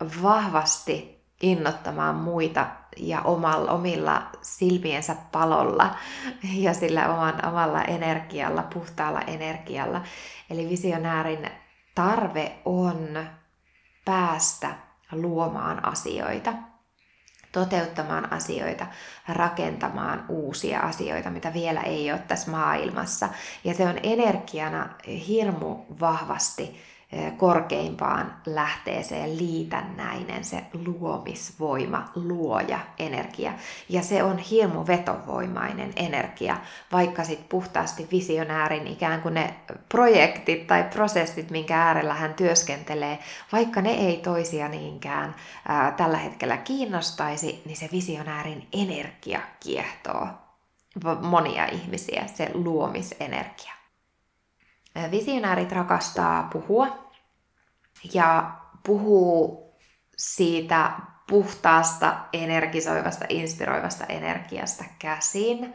vahvasti innoittamaan muita ja omalla, omilla silmiensä palolla ja sillä oman, omalla energialla, puhtaalla energialla. Eli visionäärin tarve on päästä luomaan asioita, toteuttamaan asioita, rakentamaan uusia asioita, mitä vielä ei ole tässä maailmassa. Ja se on energiana hirmu vahvasti korkeimpaan lähteeseen liitännäinen, se luomisvoima, luoja energia. Ja se on hirmu vetovoimainen energia, vaikka sitten puhtaasti visionäärin ikään kuin ne projektit tai prosessit, minkä äärellä hän työskentelee, vaikka ne ei toisia niinkään ää, tällä hetkellä kiinnostaisi, niin se visionäärin energia kiehtoo monia ihmisiä, se luomisenergia. Visionäärit rakastaa puhua ja puhuu siitä puhtaasta, energisoivasta, inspiroivasta energiasta käsin.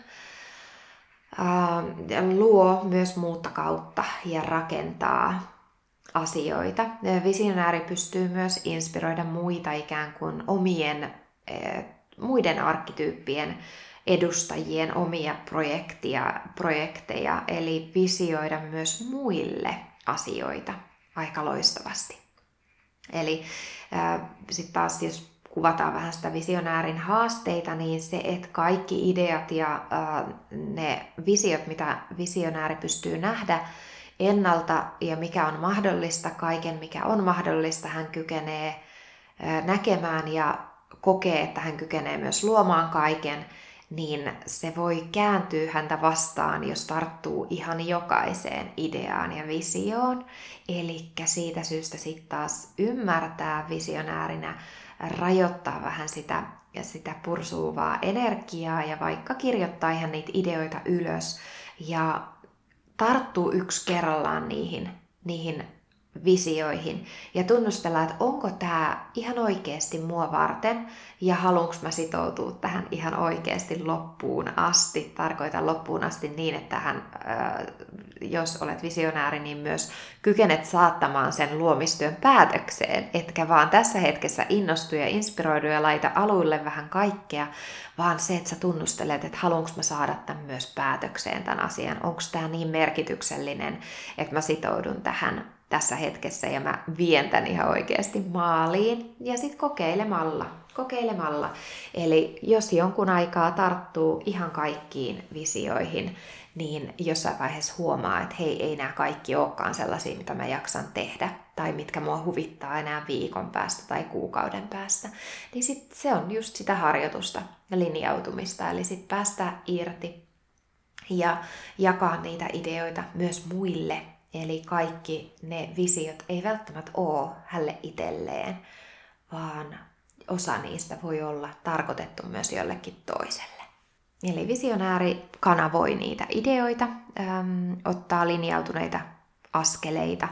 Luo myös muutta kautta ja rakentaa asioita. Visionääri pystyy myös inspiroida muita ikään kuin omien, muiden arkkityyppien edustajien omia projektia, projekteja, eli visioida myös muille asioita aika loistavasti. Eli äh, sitten taas jos kuvataan vähän sitä visionäärin haasteita, niin se, että kaikki ideat ja äh, ne visiot, mitä visionääri pystyy nähdä ennalta ja mikä on mahdollista, kaiken mikä on mahdollista, hän kykenee äh, näkemään ja kokee, että hän kykenee myös luomaan kaiken, niin se voi kääntyä häntä vastaan, jos tarttuu ihan jokaiseen ideaan ja visioon. Eli siitä syystä sitten taas ymmärtää visionäärinä, rajoittaa vähän sitä, sitä pursuuvaa energiaa ja vaikka kirjoittaa ihan niitä ideoita ylös ja tarttuu yksi kerrallaan niihin, niihin visioihin ja tunnustella, että onko tämä ihan oikeasti mua varten ja haluanko mä sitoutua tähän ihan oikeasti loppuun asti. Tarkoitan loppuun asti niin, että hän, jos olet visionääri, niin myös kykenet saattamaan sen luomistyön päätökseen, etkä vaan tässä hetkessä innostu ja inspiroidu ja laita aluille vähän kaikkea, vaan se, että sä tunnustelet, että haluanko mä saada tämän myös päätökseen tämän asian. Onko tämä niin merkityksellinen, että mä sitoudun tähän tässä hetkessä ja mä vien tän ihan oikeasti maaliin ja sitten kokeilemalla, kokeilemalla. Eli jos jonkun aikaa tarttuu ihan kaikkiin visioihin, niin jossain vaiheessa huomaa, että hei, ei nämä kaikki olekaan sellaisia, mitä mä jaksan tehdä tai mitkä mua huvittaa enää viikon päästä tai kuukauden päästä, niin sit se on just sitä harjoitusta ja linjautumista, eli sitten päästä irti ja jakaa niitä ideoita myös muille. Eli kaikki ne visiot ei välttämättä ole hälle itselleen, vaan osa niistä voi olla tarkoitettu myös jollekin toiselle. Eli visionääri kanavoi niitä ideoita, äm, ottaa linjautuneita askeleita,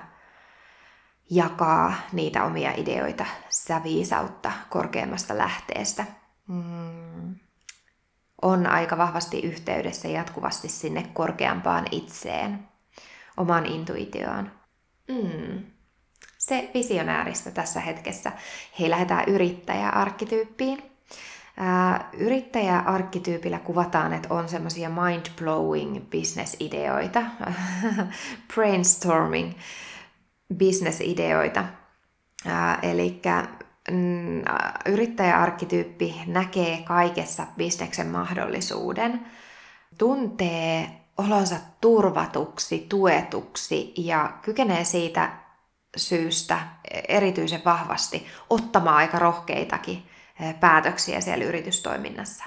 jakaa niitä omia ideoita, sitä viisautta korkeammasta lähteestä. Mm. On aika vahvasti yhteydessä jatkuvasti sinne korkeampaan itseen, omaan intuitioon. Mm. Se visionääristä tässä hetkessä. Hei, lähdetään yrittäjäarkkityyppiin. Ää, yrittäjäarkkityypillä kuvataan, että on semmoisia mind-blowing business-ideoita, brainstorming business-ideoita. Eli mm, yrittäjäarkkityyppi näkee kaikessa bisneksen mahdollisuuden, tuntee olonsa turvatuksi, tuetuksi ja kykenee siitä syystä erityisen vahvasti ottamaan aika rohkeitakin päätöksiä siellä yritystoiminnassa.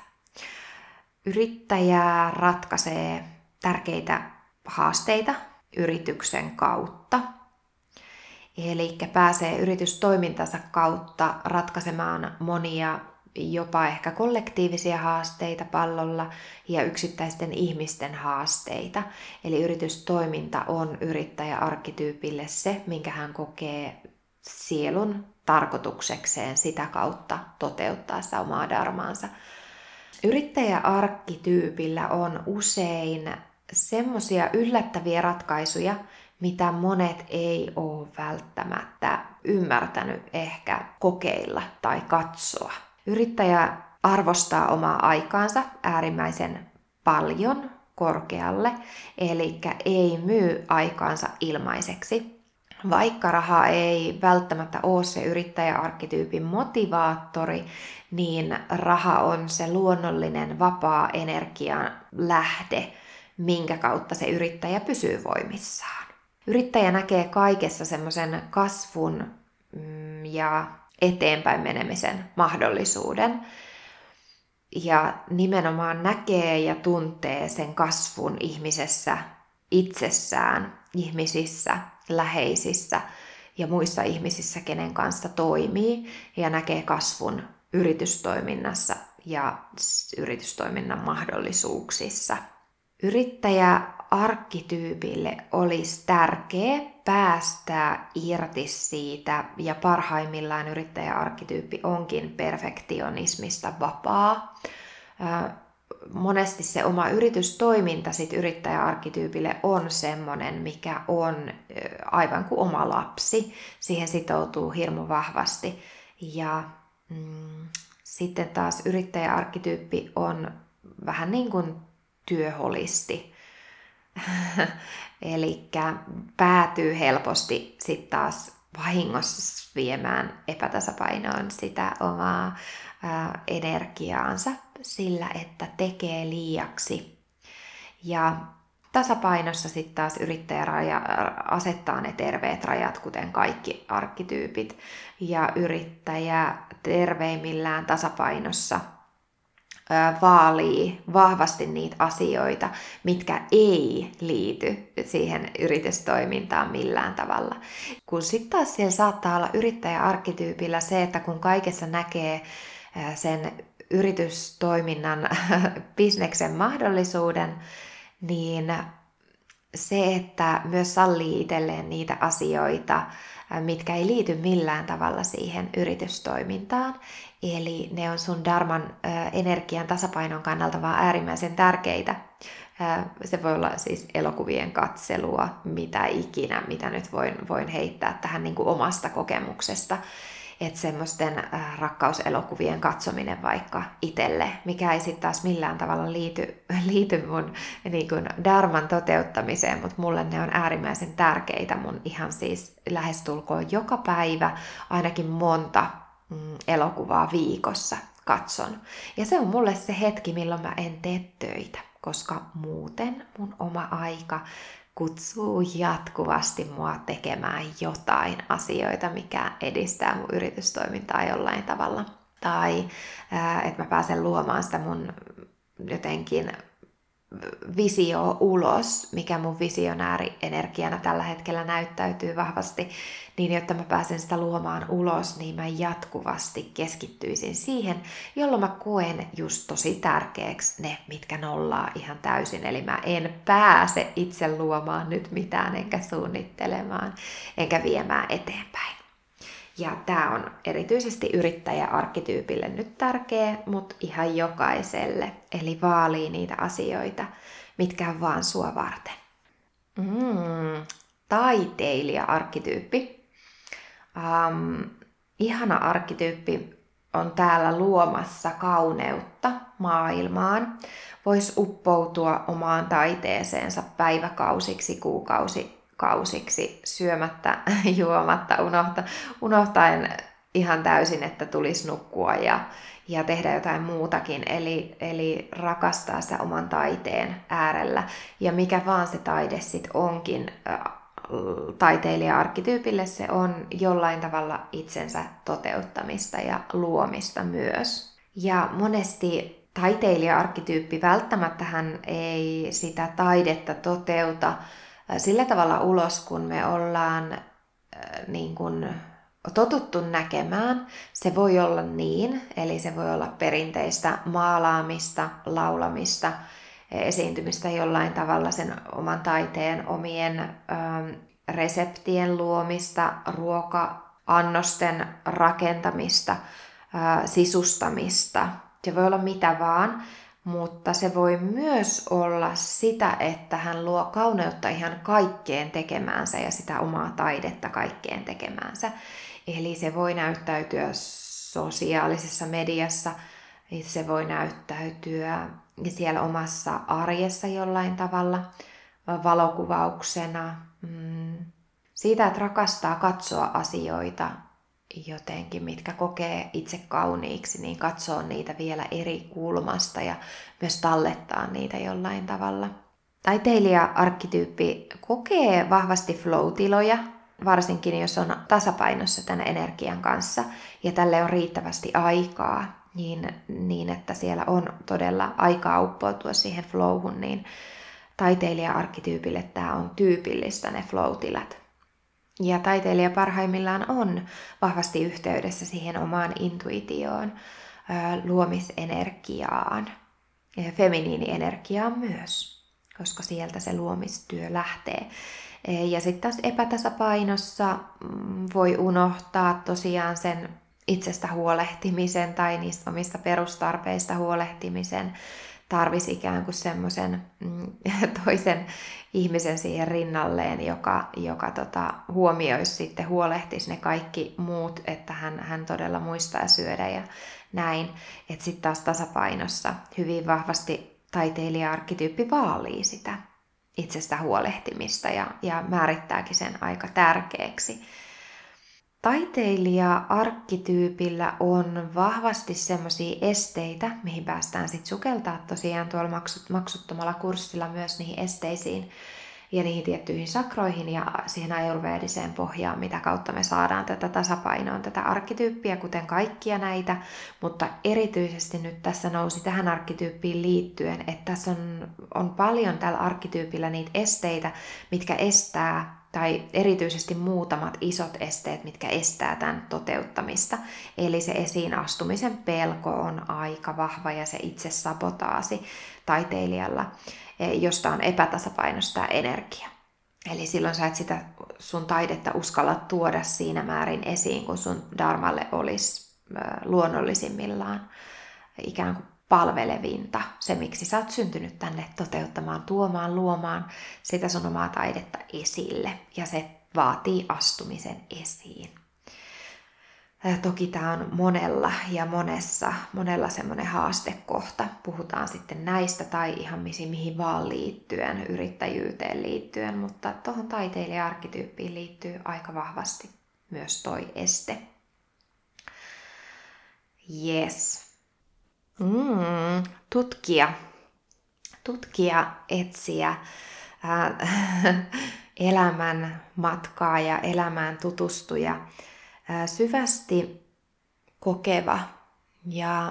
Yrittäjä ratkaisee tärkeitä haasteita yrityksen kautta. Eli pääsee yritystoimintansa kautta ratkaisemaan monia jopa ehkä kollektiivisia haasteita pallolla ja yksittäisten ihmisten haasteita. Eli yritystoiminta on yrittäjäarkkityypille se, minkä hän kokee sielun tarkoituksekseen sitä kautta toteuttaa sitä omaa dharmaansa. Yrittäjäarkkityypillä on usein semmoisia yllättäviä ratkaisuja, mitä monet ei ole välttämättä ymmärtänyt ehkä kokeilla tai katsoa. Yrittäjä arvostaa omaa aikaansa äärimmäisen paljon korkealle, eli ei myy aikaansa ilmaiseksi. Vaikka raha ei välttämättä ole se yrittäjäarkkityypin motivaattori, niin raha on se luonnollinen vapaa energian lähde, minkä kautta se yrittäjä pysyy voimissaan. Yrittäjä näkee kaikessa semmoisen kasvun ja eteenpäin menemisen mahdollisuuden. Ja nimenomaan näkee ja tuntee sen kasvun ihmisessä itsessään, ihmisissä, läheisissä ja muissa ihmisissä, kenen kanssa toimii, ja näkee kasvun yritystoiminnassa ja yritystoiminnan mahdollisuuksissa. Yrittäjäarkkityypille olisi tärkeää päästää irti siitä, ja parhaimmillaan yrittäjäarkkityyppi onkin perfektionismista vapaa. Monesti se oma yritystoiminta sit yrittäjäarkkityypille on semmoinen, mikä on aivan kuin oma lapsi. Siihen sitoutuu hirmu vahvasti. Ja mm, sitten taas yrittäjäarkkityyppi on vähän niin kuin työholisti. Eli päätyy helposti sitten taas vahingossa viemään epätasapainoon sitä omaa ää, energiaansa sillä, että tekee liiaksi. Ja tasapainossa sitten taas yrittäjä raja, asettaa ne terveet rajat, kuten kaikki arkkityypit. Ja yrittäjä terveimmillään tasapainossa vaalii vahvasti niitä asioita, mitkä ei liity siihen yritystoimintaan millään tavalla. Kun sitten taas siellä saattaa olla yrittäjäarkkityypillä se, että kun kaikessa näkee sen yritystoiminnan bisneksen mahdollisuuden, niin se, että myös sallii itselleen niitä asioita, mitkä ei liity millään tavalla siihen yritystoimintaan. Eli ne on sun dharman energian tasapainon kannalta vaan äärimmäisen tärkeitä. Se voi olla siis elokuvien katselua, mitä ikinä, mitä nyt voin, voin heittää tähän niin kuin omasta kokemuksesta. Että semmoisten rakkauselokuvien katsominen vaikka itselle, mikä ei sitten taas millään tavalla liity, liity mun niin kuin dharman toteuttamiseen, mutta mulle ne on äärimmäisen tärkeitä mun ihan siis lähestulkoon joka päivä, ainakin monta mm, elokuvaa viikossa katson. Ja se on mulle se hetki, milloin mä en tee töitä, koska muuten mun oma aika kutsuu jatkuvasti mua tekemään jotain asioita, mikä edistää mun yritystoimintaa jollain tavalla. Tai että mä pääsen luomaan sitä mun jotenkin visio ulos, mikä mun visionääri-energiana tällä hetkellä näyttäytyy vahvasti, niin jotta mä pääsen sitä luomaan ulos, niin mä jatkuvasti keskittyisin siihen, jolloin mä koen just tosi tärkeäksi ne, mitkä nollaa ihan täysin. Eli mä en pääse itse luomaan nyt mitään, enkä suunnittelemaan, enkä viemään eteenpäin. Ja tää on erityisesti yrittäjäarkkityypille nyt tärkeä, mutta ihan jokaiselle. Eli vaalii niitä asioita, mitkä on vaan sua varten. Mm, taiteilija-arkkityyppi. Um, ihana arkkityyppi on täällä luomassa kauneutta maailmaan. Voisi uppoutua omaan taiteeseensa päiväkausiksi, kuukausi kausiksi, syömättä, juomatta, unohta, unohtaen ihan täysin, että tulisi nukkua ja, ja tehdä jotain muutakin. Eli, eli rakastaa sitä oman taiteen äärellä. Ja mikä vaan se taide sitten onkin, taiteilija-arkkityypille se on jollain tavalla itsensä toteuttamista ja luomista myös. Ja monesti taiteilija-arkkityyppi välttämättä hän ei sitä taidetta toteuta sillä tavalla ulos, kun me ollaan äh, niin kuin totuttu näkemään. Se voi olla niin, eli se voi olla perinteistä maalaamista, laulamista, esiintymistä jollain tavalla sen oman taiteen omien ähm, reseptien luomista, ruoka-annosten rakentamista, äh, sisustamista. Se voi olla mitä vaan, mutta se voi myös olla sitä, että hän luo kauneutta ihan kaikkeen tekemäänsä ja sitä omaa taidetta kaikkeen tekemäänsä. Eli se voi näyttäytyä sosiaalisessa mediassa, se voi näyttäytyä siellä omassa arjessa jollain tavalla, valokuvauksena, siitä, että rakastaa katsoa asioita jotenkin, mitkä kokee itse kauniiksi, niin katsoo niitä vielä eri kulmasta ja myös tallettaa niitä jollain tavalla. Taiteilija-arkkityyppi kokee vahvasti flow-tiloja, varsinkin jos on tasapainossa tämän energian kanssa ja tälle on riittävästi aikaa, niin, niin että siellä on todella aikaa uppoutua siihen flowhun, niin taiteilija-arkkityypille tämä on tyypillistä ne flow-tilat. Ja taiteilija parhaimmillaan on vahvasti yhteydessä siihen omaan intuitioon, luomisenergiaan, ja feminiinienergiaan myös, koska sieltä se luomistyö lähtee. Ja sitten taas epätasapainossa voi unohtaa tosiaan sen itsestä huolehtimisen tai niistä omista perustarpeista huolehtimisen. Tarvisi ikään kuin semmoisen toisen ihmisen siihen rinnalleen, joka, joka tota, huomioisi sitten, huolehtisi ne kaikki muut, että hän, hän todella muistaa syödä ja näin. Että sitten taas tasapainossa hyvin vahvasti taiteilija-arkkityyppi vaalii sitä itsestä huolehtimista ja, ja määrittääkin sen aika tärkeäksi. Taiteilija-arkkityypillä on vahvasti semmoisia esteitä, mihin päästään sitten sukeltaa tosiaan tuolla maksuttomalla kurssilla myös niihin esteisiin ja niihin tiettyihin sakroihin ja siihen ayurvediseen pohjaan, mitä kautta me saadaan tätä tasapainoa, tätä arkkityyppiä, kuten kaikkia näitä, mutta erityisesti nyt tässä nousi tähän arkkityyppiin liittyen, että tässä on, on paljon tällä arkkityypillä niitä esteitä, mitkä estää tai erityisesti muutamat isot esteet, mitkä estää tämän toteuttamista. Eli se esiin astumisen pelko on aika vahva ja se itse sabotaasi taiteilijalla, josta on epätasapainosta energia. Eli silloin sä et sitä sun taidetta uskalla tuoda siinä määrin esiin, kun sun dharmalle olisi luonnollisimmillaan ikään kuin palvelevinta, se miksi sä oot syntynyt tänne toteuttamaan, tuomaan, luomaan sitä sun omaa taidetta esille. Ja se vaatii astumisen esiin. Toki tämä on monella ja monessa, monella semmoinen haastekohta. Puhutaan sitten näistä tai ihan mihin vaan liittyen, yrittäjyyteen liittyen, mutta tuohon taiteilija-arkkityyppiin liittyy aika vahvasti myös toi este. Yes. Mm, tutkija, tutkija, etsiä, äh, elämän matkaa ja elämään tutustuja, äh, syvästi kokeva ja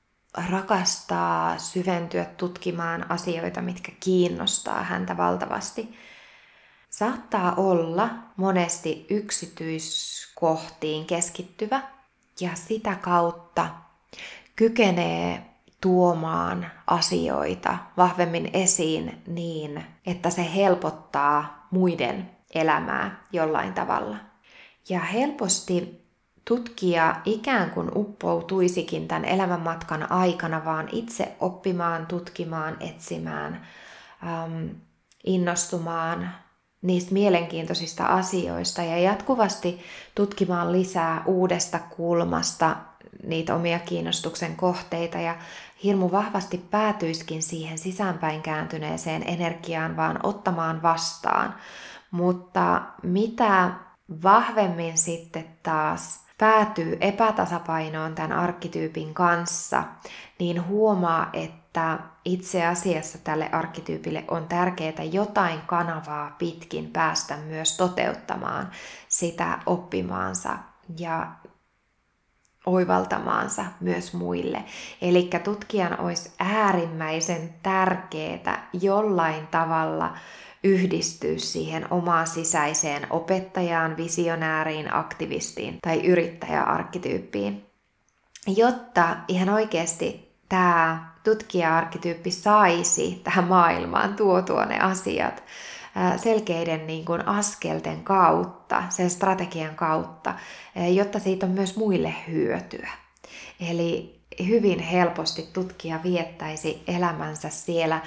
rakastaa syventyä tutkimaan asioita, mitkä kiinnostaa häntä valtavasti. Saattaa olla monesti yksityiskohtiin keskittyvä ja sitä kautta kykenee tuomaan asioita vahvemmin esiin niin, että se helpottaa muiden elämää jollain tavalla. Ja helposti tutkija ikään kuin uppoutuisikin tämän elämänmatkan aikana vaan itse oppimaan, tutkimaan, etsimään, ähm, innostumaan niistä mielenkiintoisista asioista ja jatkuvasti tutkimaan lisää uudesta kulmasta niitä omia kiinnostuksen kohteita ja hirmu vahvasti päätyiskin siihen sisäänpäin kääntyneeseen energiaan vaan ottamaan vastaan. Mutta mitä vahvemmin sitten taas päätyy epätasapainoon tämän arkkityypin kanssa, niin huomaa, että itse asiassa tälle arkkityypille on tärkeää jotain kanavaa pitkin päästä myös toteuttamaan sitä oppimaansa ja oivaltamaansa myös muille. Eli tutkijan olisi äärimmäisen tärkeää jollain tavalla yhdistyä siihen omaan sisäiseen opettajaan, visionääriin, aktivistiin tai yrittäjäarkkityyppiin, jotta ihan oikeasti tämä tutkija-arkkityyppi saisi tähän maailmaan tuotua ne asiat selkeiden niin kuin askelten kautta, sen strategian kautta, jotta siitä on myös muille hyötyä. Eli hyvin helposti tutkija viettäisi elämänsä siellä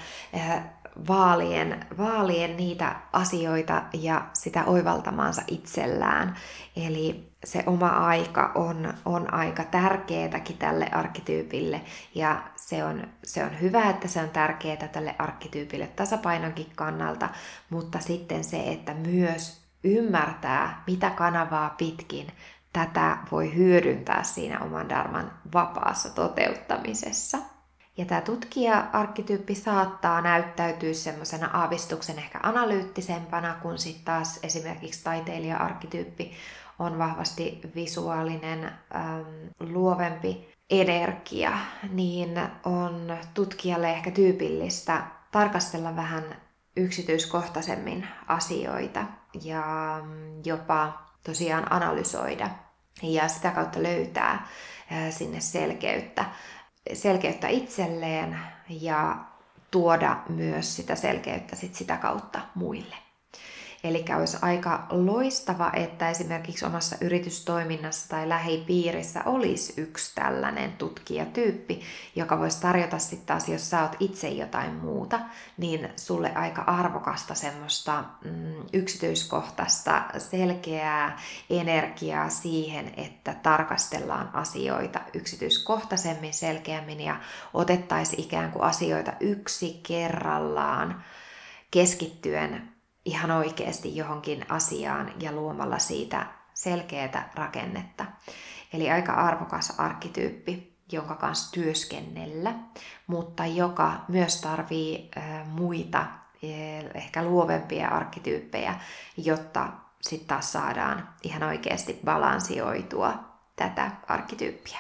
vaalien, vaalien niitä asioita ja sitä oivaltamaansa itsellään. Eli se oma aika on, on aika tärkeätäkin tälle arkkityypille ja se on, se on hyvä, että se on tärkeää tälle arkkityypille tasapainonkin kannalta, mutta sitten se, että myös ymmärtää, mitä kanavaa pitkin tätä voi hyödyntää siinä oman dharman vapaassa toteuttamisessa. Ja tämä tutkija-arkkityyppi saattaa näyttäytyä semmoisena aavistuksen ehkä analyyttisempana, kun sitten taas esimerkiksi taiteilija-arkkityyppi on vahvasti visuaalinen, ähm, luovempi energia, niin on tutkijalle ehkä tyypillistä tarkastella vähän yksityiskohtaisemmin asioita ja jopa tosiaan analysoida ja sitä kautta löytää sinne selkeyttä, selkeyttä itselleen ja tuoda myös sitä selkeyttä sit sitä kautta muille. Eli olisi aika loistava, että esimerkiksi omassa yritystoiminnassa tai lähipiirissä olisi yksi tällainen tutkijatyyppi, joka voisi tarjota sitten taas, jos sä oot itse jotain muuta, niin sulle aika arvokasta semmoista mm, yksityiskohtaista, selkeää energiaa siihen, että tarkastellaan asioita yksityiskohtaisemmin, selkeämmin ja otettaisiin ikään kuin asioita yksi kerrallaan keskittyen ihan oikeasti johonkin asiaan ja luomalla siitä selkeää rakennetta. Eli aika arvokas arkkityyppi, jonka kanssa työskennellä, mutta joka myös tarvii muita, ehkä luovempia arkkityyppejä, jotta sitten taas saadaan ihan oikeasti balansioitua tätä arkkityyppiä.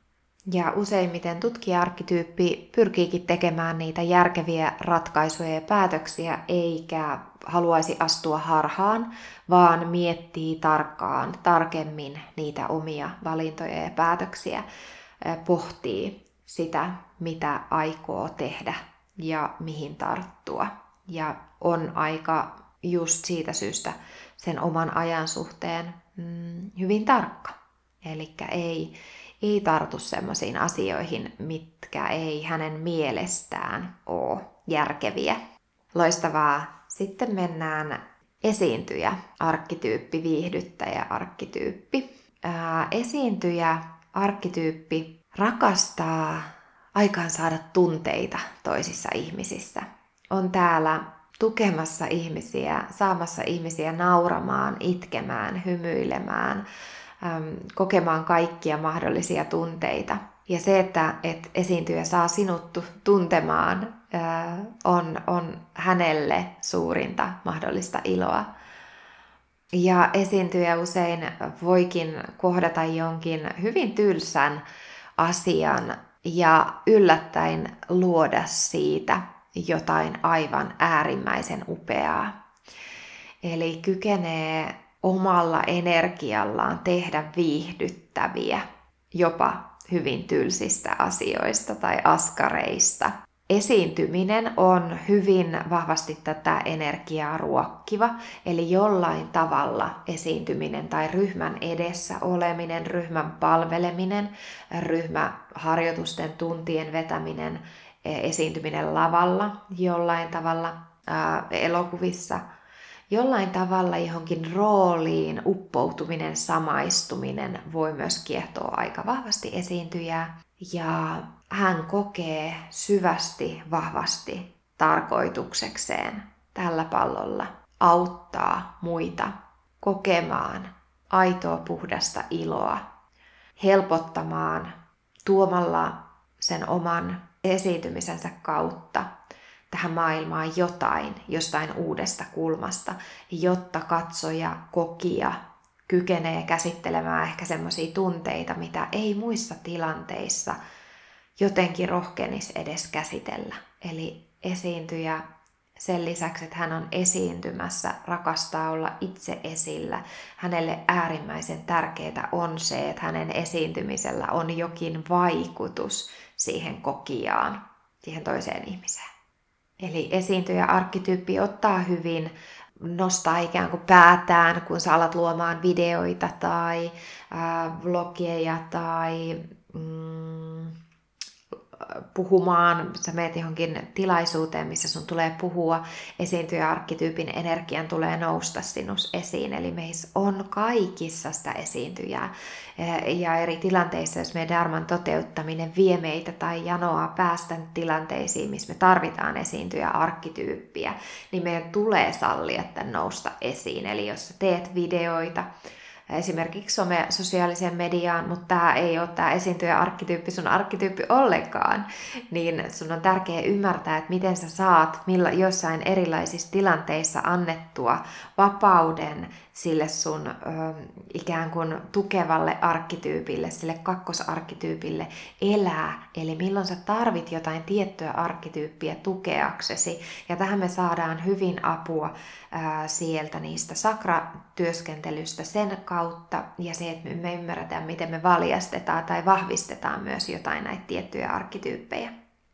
Ja useimmiten tutkija-arkkityyppi pyrkiikin tekemään niitä järkeviä ratkaisuja ja päätöksiä, eikä haluaisi astua harhaan, vaan miettii tarkkaan, tarkemmin niitä omia valintoja ja päätöksiä, pohtii sitä, mitä aikoo tehdä ja mihin tarttua. Ja on aika just siitä syystä sen oman ajan suhteen mm, hyvin tarkka. Eli ei... ei tartu semmoisiin asioihin, mitkä ei hänen mielestään ole järkeviä. Loistavaa. Sitten mennään esiintyjä, arkkityyppi, viihdyttäjä, arkkityyppi. Ää, esiintyjä, arkkityyppi rakastaa aikaan saada tunteita toisissa ihmisissä. On täällä tukemassa ihmisiä, saamassa ihmisiä nauramaan, itkemään, hymyilemään, kokemaan kaikkia mahdollisia tunteita. Ja se, että et esiintyjä saa sinut tuntemaan, on, on hänelle suurinta mahdollista iloa. Ja esiintyjä usein voikin kohdata jonkin hyvin tylsän asian ja yllättäen luoda siitä jotain aivan äärimmäisen upeaa. Eli kykenee omalla energiallaan tehdä viihdyttäviä, jopa hyvin tylsistä asioista tai askareista. Esiintyminen on hyvin vahvasti tätä energiaa ruokkiva, eli jollain tavalla esiintyminen tai ryhmän edessä oleminen, ryhmän palveleminen, ryhmäharjoitusten tuntien vetäminen, esiintyminen lavalla jollain tavalla, ää, elokuvissa, jollain tavalla johonkin rooliin uppoutuminen, samaistuminen voi myös kiehtoa aika vahvasti esiintyjää. Ja hän kokee syvästi, vahvasti tarkoituksekseen tällä pallolla auttaa muita kokemaan aitoa puhdasta iloa, helpottamaan tuomalla sen oman esiintymisensä kautta tähän maailmaan jotain, jostain uudesta kulmasta, jotta katsoja, kokija kykenee käsittelemään ehkä semmoisia tunteita, mitä ei muissa tilanteissa jotenkin rohkenisi edes käsitellä. Eli esiintyjä sen lisäksi, että hän on esiintymässä, rakastaa olla itse esillä. Hänelle äärimmäisen tärkeää on se, että hänen esiintymisellä on jokin vaikutus siihen kokijaan, siihen toiseen ihmiseen. Eli esiintyjä-arkkityyppi ottaa hyvin, nostaa ikään kuin päätään, kun sä alat luomaan videoita tai äh, vlogeja tai mm, puhumaan, sä meet johonkin tilaisuuteen, missä sun tulee puhua, esiintyjä-arkkityypin energian tulee nousta sinus esiin. Eli meissä on kaikissa sitä esiintyjää. Ja eri tilanteissa, jos meidän dharman toteuttaminen vie meitä tai janoaa päästä tilanteisiin, missä me tarvitaan esiintyjä-arkkityyppiä, niin meidän tulee sallia tämän nousta esiin. Eli jos sä teet videoita, esimerkiksi some, sosiaaliseen mediaan, mutta tämä ei ole tämä esiintyjä-arkkityyppi sun arkkityyppi ollenkaan, niin sun on tärkeää ymmärtää, että miten sä saat milla, jossain erilaisissa tilanteissa annettua vapauden sille sun ö, ikään kuin tukevalle arkkityypille, sille kakkosarkkityypille elää. Eli milloin sä tarvit jotain tiettyä arkkityyppiä tukeaksesi. Ja tähän me saadaan hyvin apua ää, sieltä niistä sakratyöskentelystä sen kautta. Ja se, että me ymmärretään, miten me valjastetaan tai vahvistetaan myös jotain näitä tiettyjä arkkityyppejä.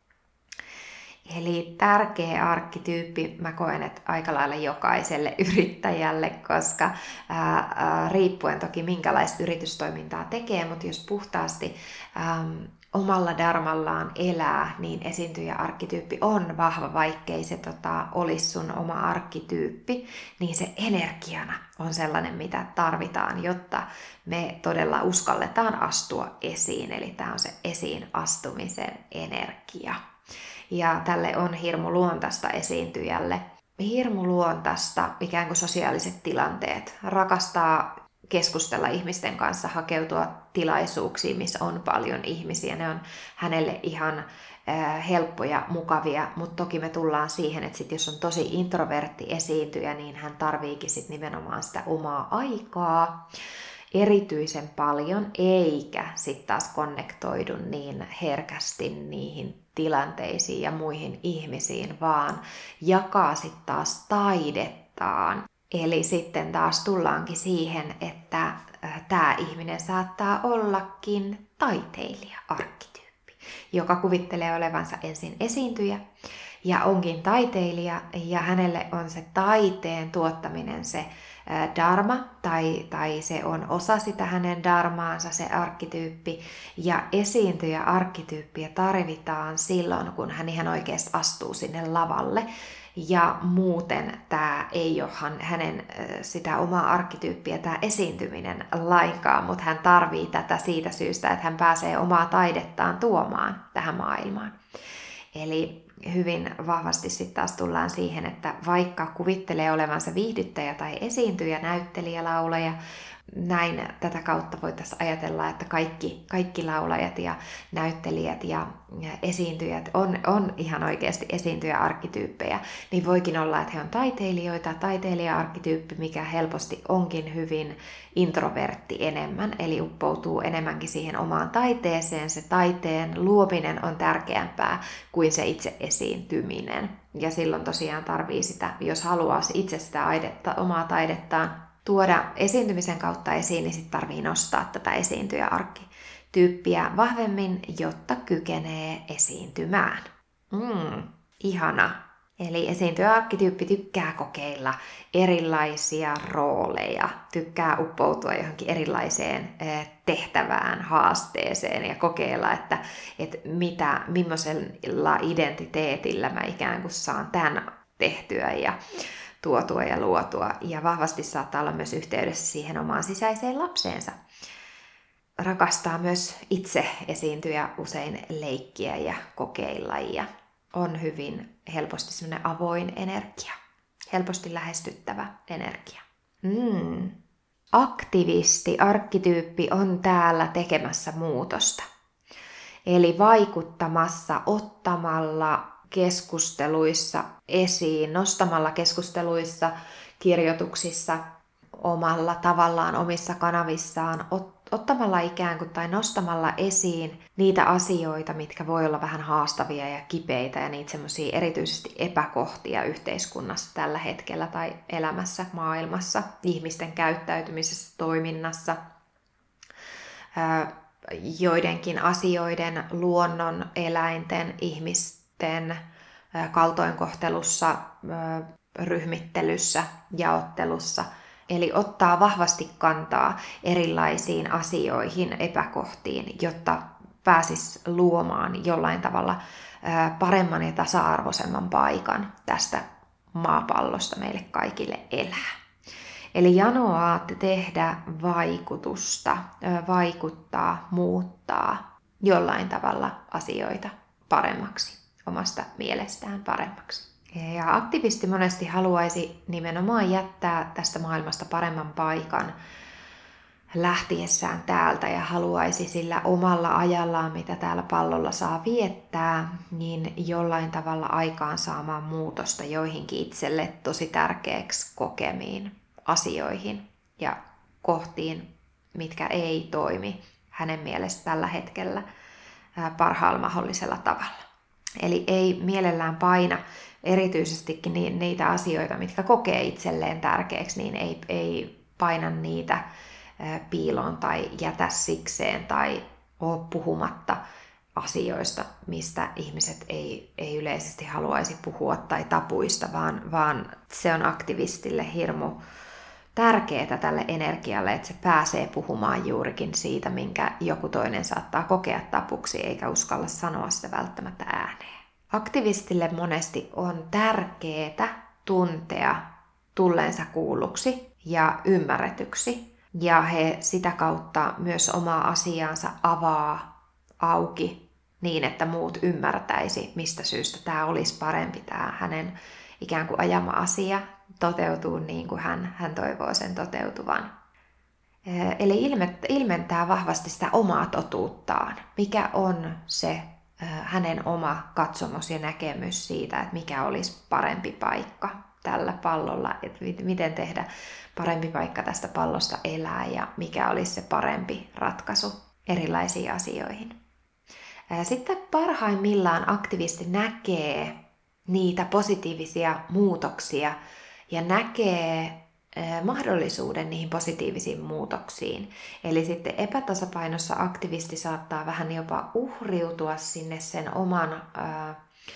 Eli tärkeä arkkityyppi, mä koen, että aika lailla jokaiselle yrittäjälle, koska ää, ää, riippuen toki minkälaista yritystoimintaa tekee, mutta jos puhtaasti äm, omalla dharmallaan elää, niin esiintyjä-arkkityyppi on vahva, vaikkei se tota, olisi sun oma arkkityyppi, niin se energiana on sellainen, mitä tarvitaan, jotta me todella uskalletaan astua esiin. Eli tämä on se esiin astumisen energia. Ja tälle on hirmu luontaista esiintyjälle. Hirmu luontaista ikään kuin sosiaaliset tilanteet. Rakastaa keskustella ihmisten kanssa, hakeutua tilaisuuksiin, missä on paljon ihmisiä. Ne on hänelle ihan äh, helppoja, mukavia, mutta toki me tullaan siihen, että sit jos on tosi introvertti esiintyjä, niin hän tarviikin sit nimenomaan sitä omaa aikaa erityisen paljon, eikä sitten taas konnektoidu niin herkästi niihin tilanteisiin ja muihin ihmisiin, vaan jakaa sitten taas taidettaan. Eli sitten taas tullaankin siihen, että tämä ihminen saattaa ollakin taiteilija-arkkityyppi, joka kuvittelee olevansa ensin esiintyjä ja onkin taiteilija, ja hänelle on se taiteen tuottaminen se dharma, tai, tai se on osa sitä hänen dharmaansa, se arkkityyppi, ja esiintyjä arkkityyppiä tarvitaan silloin, kun hän ihan oikeasti astuu sinne lavalle, ja muuten tämä ei ole hänen sitä omaa arkkityyppiä, tämä esiintyminen lainkaan, mutta hän tarvii tätä siitä syystä, että hän pääsee omaa taidettaan tuomaan tähän maailmaan. Eli hyvin vahvasti sitten taas tullaan siihen, että vaikka kuvittelee olevansa viihdyttäjä tai esiintyjä, näyttelijä, laulaja, näin tätä kautta voitaisiin ajatella, että kaikki, kaikki laulajat ja näyttelijät ja, ja esiintyjät on, on ihan oikeasti esiintyjä-arkkityyppejä, niin voikin olla, että he on taiteilijoita, taiteilija-arkkityyppi, mikä helposti onkin hyvin introvertti enemmän, eli uppoutuu enemmänkin siihen omaan taiteeseen. Se taiteen luominen on tärkeämpää kuin se itse esiintyminen. Ja silloin tosiaan tarvii sitä, jos haluaa itse sitä aidetta, omaa taidettaan tuoda esiintymisen kautta esiin, niin sitten tarvii nostaa tätä esiintyjä-arkkityyppiä vahvemmin, jotta kykenee esiintymään. Mm, ihana. Eli esiintyjä-arkkityyppi tykkää kokeilla erilaisia rooleja, tykkää uppoutua johonkin erilaiseen tehtävään, haasteeseen ja kokeilla, että, että mitä, millaisella identiteetillä mä ikään kuin saan tämän tehtyä ja tuotua ja luotua, ja vahvasti saattaa olla myös yhteydessä siihen omaan sisäiseen lapseensa. Rakastaa myös itse esiintyä usein leikkiä ja kokeilla, ja on hyvin helposti semmoinen avoin energia, helposti lähestyttävä energia. Mm. Aktivisti, arkkityyppi on täällä tekemässä muutosta, eli vaikuttamassa, ottamalla keskusteluissa esiin, nostamalla keskusteluissa, kirjoituksissa, omalla tavallaan, omissa kanavissaan, ot- ottamalla ikään kuin tai nostamalla esiin niitä asioita, mitkä voi olla vähän haastavia ja kipeitä ja niitä semmoisia erityisesti epäkohtia yhteiskunnassa tällä hetkellä tai elämässä, maailmassa, ihmisten käyttäytymisessä, toiminnassa, joidenkin asioiden, luonnon, eläinten, ihmisten, kaltoinkohtelussa, ryhmittelyssä, jaottelussa. Eli ottaa vahvasti kantaa erilaisiin asioihin, epäkohtiin, jotta pääsisi luomaan jollain tavalla paremman ja tasa-arvoisemman paikan tästä maapallosta meille kaikille elää. Eli janoaa tehdä vaikutusta, vaikuttaa, muuttaa jollain tavalla asioita paremmaksi, omasta mielestään paremmaksi. Ja aktivisti monesti haluaisi nimenomaan jättää tästä maailmasta paremman paikan lähtiessään täältä ja haluaisi sillä omalla ajallaan, mitä täällä pallolla saa viettää, niin jollain tavalla aikaan saamaan muutosta joihinkin itselle tosi tärkeäksi kokemiin asioihin ja kohtiin, mitkä ei toimi hänen mielestä tällä hetkellä parhaalla mahdollisella tavalla. Eli ei mielellään paina erityisestikin niitä asioita, mitkä kokee itselleen tärkeäksi, niin ei, ei paina niitä piiloon tai jätä sikseen tai ole puhumatta asioista, mistä ihmiset ei, ei yleisesti haluaisi puhua tai tapuista, vaan, vaan se on aktivistille hirmu tärkeää tälle energialle, että se pääsee puhumaan juurikin siitä, minkä joku toinen saattaa kokea tapuksi, eikä uskalla sanoa sitä välttämättä ääneen. Aktivistille monesti on tärkeää tuntea tulleensa kuulluksi ja ymmärretyksi, ja he sitä kautta myös omaa asiaansa avaa auki niin, että muut ymmärtäisi, mistä syystä tämä olisi parempi, tämä hänen ikään kuin ajama asia toteutuu niin kuin hän, hän toivoo sen toteutuvan. Eli ilmentää vahvasti sitä omaa totuuttaan, mikä on se hänen oma katsomus ja näkemys siitä, että mikä olisi parempi paikka tällä pallolla, että miten tehdä parempi paikka tästä pallosta elää ja mikä olisi se parempi ratkaisu erilaisiin asioihin. Sitten parhaimmillaan aktivisti näkee niitä positiivisia muutoksia ja näkee mahdollisuuden niihin positiivisiin muutoksiin. Eli sitten epätasapainossa aktivisti saattaa vähän jopa uhriutua sinne sen oman ää,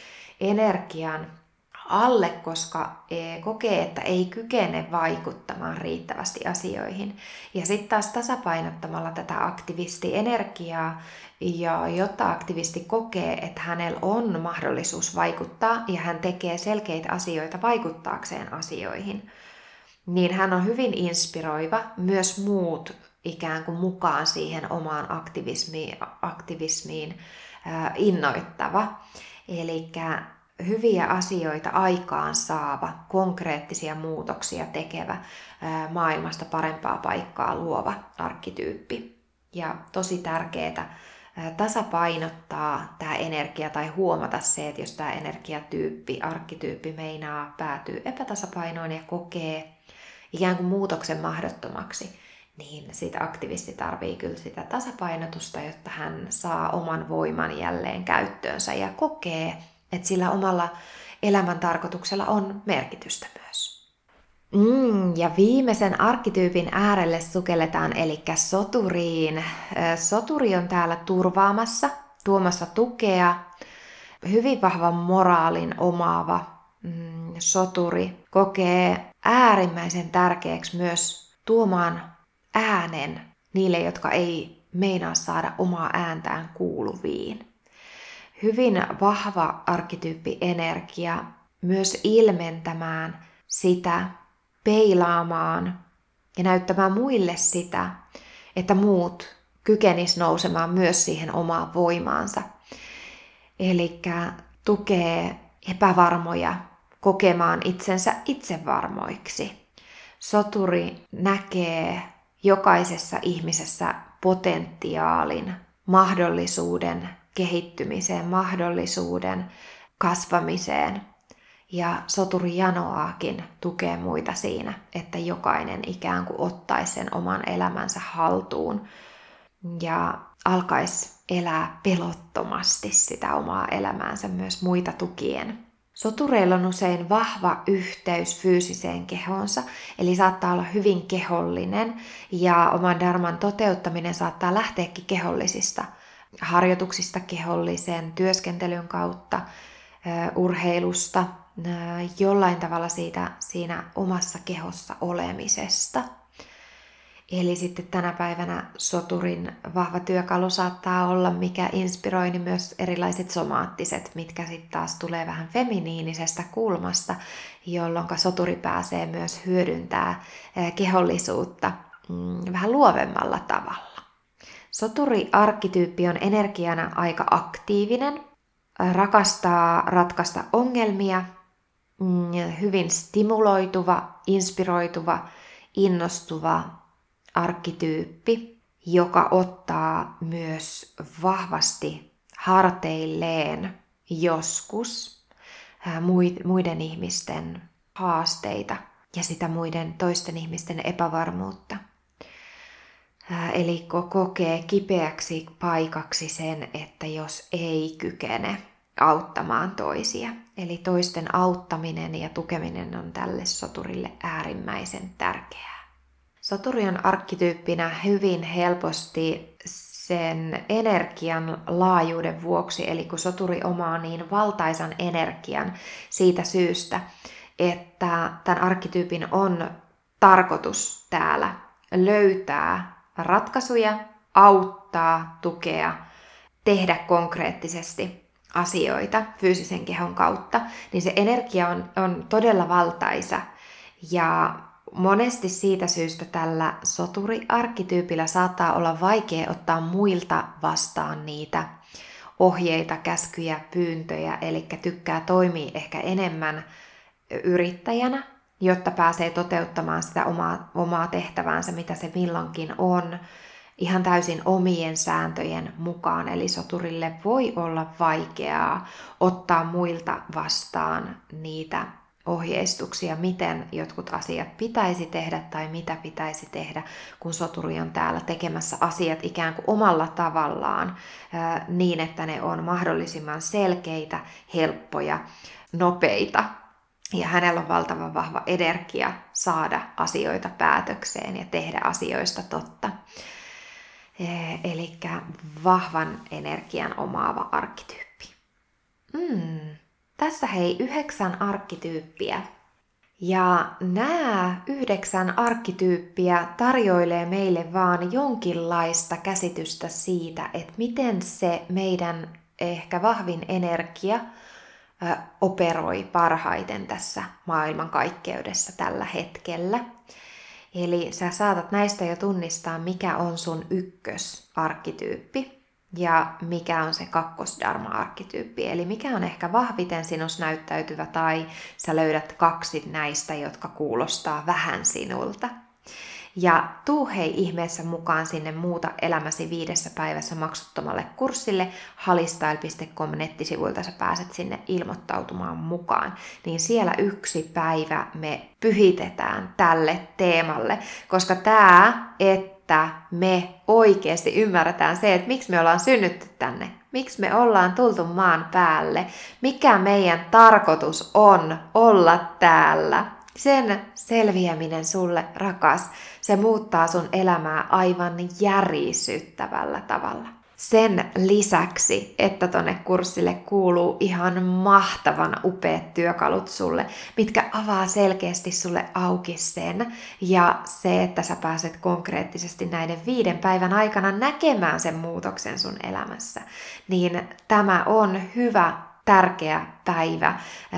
energian alle, koska kokee, että ei kykene vaikuttamaan riittävästi asioihin. Ja sitten taas tasapainottamalla tätä aktivistienergiaa, ja jotta aktivisti kokee, että hänellä on mahdollisuus vaikuttaa ja hän tekee selkeitä asioita vaikuttaakseen asioihin, niin hän on hyvin inspiroiva, myös muut ikään kuin mukaan siihen omaan aktivismiin, aktivismiin äh, innoittava. Eli hyviä asioita aikaan saava, konkreettisia muutoksia tekevä, äh, maailmasta parempaa paikkaa luova arkkityyppi. Ja tosi tärkeää äh, tasapainottaa tämä energia tai huomata se, että jos tämä energiatyyppi, arkkityyppi meinaa päätyy epätasapainoon ja kokee ikään kuin muutoksen mahdottomaksi, niin sit aktivisti tarvii kyllä sitä tasapainotusta, jotta hän saa oman voiman jälleen käyttöönsä ja kokee, että sillä omalla elämän tarkoituksella on merkitystä myös. Mm, ja viimeisen arkkityypin äärelle sukelletaan, eli soturiin. Soturi on täällä turvaamassa, tuomassa tukea, hyvin vahvan moraalin omaava mm, soturi kokee äärimmäisen tärkeäksi myös tuomaan äänen niille, jotka ei meinaa saada omaa ääntään kuuluviin. Hyvin vahva arkkityyppienergia myös ilmentämään sitä, peilaamaan ja näyttämään muille sitä, että muut kykenis nousemaan myös siihen omaan voimaansa. Eli tukee epävarmoja kokemaan itsensä itsevarmoiksi. Soturi näkee jokaisessa ihmisessä potentiaalin, mahdollisuuden kehittymiseen, mahdollisuuden kasvamiseen. Ja soturi janoaakin tukee muita siinä, että jokainen ikään kuin ottaisi sen oman elämänsä haltuun ja alkaisi elää pelottomasti sitä omaa elämäänsä myös muita tukien. Sotureilla on usein vahva yhteys fyysiseen kehoonsa, eli saattaa olla hyvin kehollinen ja oman dharman toteuttaminen saattaa lähteäkin kehollisista harjoituksista kehollisen työskentelyn kautta, urheilusta, jollain tavalla siitä, siinä omassa kehossa olemisesta. Eli sitten tänä päivänä soturin vahva työkalu saattaa olla, mikä inspiroi niin myös erilaiset somaattiset, mitkä sitten taas tulee vähän feminiinisestä kulmasta, jolloin soturi pääsee myös hyödyntämään kehollisuutta vähän luovemmalla tavalla. Soturi-arkkityyppi on energiana aika aktiivinen, rakastaa ratkaista ongelmia, hyvin stimuloituva, inspiroituva, innostuva arkkityyppi, joka ottaa myös vahvasti harteilleen joskus muiden ihmisten haasteita ja sitä muiden toisten ihmisten epävarmuutta. Eli kokee kipeäksi paikaksi sen, että jos ei kykene auttamaan toisia. Eli toisten auttaminen ja tukeminen on tälle soturille äärimmäisen tärkeää. Soturi on arkkityyppinä hyvin helposti sen energian laajuuden vuoksi, eli kun soturi omaa niin valtaisan energian siitä syystä, että tämän arkkityypin on tarkoitus täällä löytää ratkaisuja, auttaa, tukea, tehdä konkreettisesti asioita fyysisen kehon kautta, niin se energia on, on todella valtaisa. Ja monesti siitä syystä tällä soturi-arkkityypillä saattaa olla vaikea ottaa muilta vastaan niitä ohjeita, käskyjä, pyyntöjä, eli tykkää toimia ehkä enemmän yrittäjänä, jotta pääsee toteuttamaan sitä omaa, omaa tehtäväänsä, mitä se milloinkin on, ihan täysin omien sääntöjen mukaan. Eli soturille voi olla vaikeaa ottaa muilta vastaan niitä ohjeistuksia, miten jotkut asiat pitäisi tehdä tai mitä pitäisi tehdä, kun soturi on täällä tekemässä asiat ikään kuin omalla tavallaan niin, että ne on mahdollisimman selkeitä, helppoja, nopeita. Ja hänellä on valtavan vahva energia saada asioita päätökseen ja tehdä asioista totta. Eli vahvan energian omaava arkkityyppi. Mm. Tässä hei yhdeksän arkkityyppiä. Ja nämä yhdeksän arkkityyppiä tarjoilee meille vaan jonkinlaista käsitystä siitä, että miten se meidän ehkä vahvin energia ö, operoi parhaiten tässä maailmankaikkeudessa tällä hetkellä. Eli sä saatat näistä jo tunnistaa, mikä on sun ykkösarkkityyppi. Ja mikä on se kakkosdharma-arkkityyppi, eli mikä on ehkä vahviten sinussa näyttäytyvä, tai sä löydät kaksi näistä, jotka kuulostaa vähän sinulta. Ja tuu hei ihmeessä mukaan sinne Muuta elämäsi viidessä päivässä maksuttomalle kurssille. halistyle piste com nettisivuilta sä pääset sinne ilmoittautumaan mukaan. Niin siellä yksi päivä me pyhitetään tälle teemalle, koska tää, että että me oikeasti ymmärretään se, että miksi me ollaan synnytty tänne, miksi me ollaan tultu maan päälle, mikä meidän tarkoitus on olla täällä. Sen selviäminen sulle, rakas, se muuttaa sun elämää aivan järisyttävällä tavalla. Sen lisäksi, että tonne kurssille kuuluu ihan mahtavan upeat työkalut sulle, mitkä avaa selkeästi sulle auki sen. Ja se, että sä pääset konkreettisesti näiden viiden päivän aikana näkemään sen muutoksen sun elämässä, niin tämä on hyvä, tärkeä päivä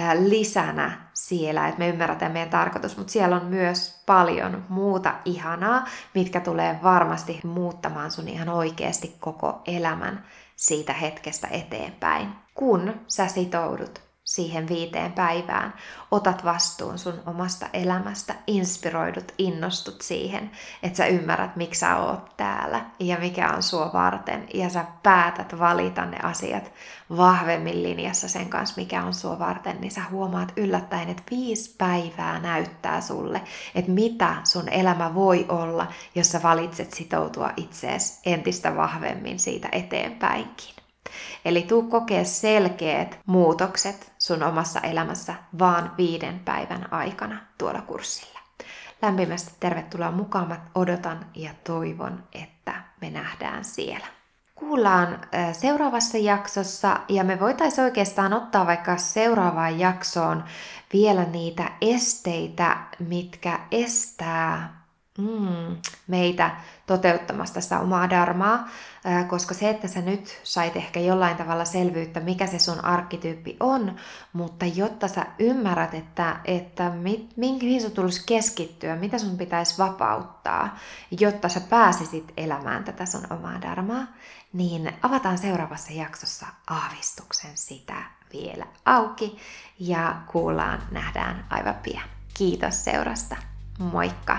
lisänä siellä, että me ymmärretään meidän tarkoitus, mutta siellä on myös paljon muuta ihanaa, mitkä tulee varmasti muuttamaan sun ihan oikeasti koko elämän siitä hetkestä eteenpäin. Kun sä sitoudut siihen viiteen päivään, otat vastuun sun omasta elämästä, inspiroidut, innostut siihen, että sä ymmärrät, miksi sä oot täällä ja mikä on sua varten, ja sä päätät valita ne asiat vahvemmin linjassa sen kanssa, mikä on sua varten, niin sä huomaat yllättäen, että viisi päivää näyttää sulle, että mitä sun elämä voi olla, jos sä valitset sitoutua itseesi entistä vahvemmin siitä eteenpäinkin. Eli tuu kokea selkeät muutokset sun omassa elämässä vaan viiden päivän aikana tuolla kurssilla. Lämpimästi tervetuloa mukaan. Mä odotan ja toivon, että me nähdään siellä. Kuullaan seuraavassa jaksossa, ja me voitaisiin oikeastaan ottaa vaikka seuraavaan jaksoon vielä niitä esteitä, mitkä estää mm, meitä toteuttamasta sitä omaa dharmaa, koska se, että sä nyt sait ehkä jollain tavalla selvyyttä, mikä se sun arkkityyppi on, mutta jotta sä ymmärrät, että, että mihin sun tulisi keskittyä, mitä sun pitäisi vapauttaa, jotta sä pääsisit elämään tätä sun omaa dharmaa, niin avataan seuraavassa jaksossa aavistuksen sitä vielä auki ja kuullaan, nähdään aivan pian. Kiitos seurasta. Moikka!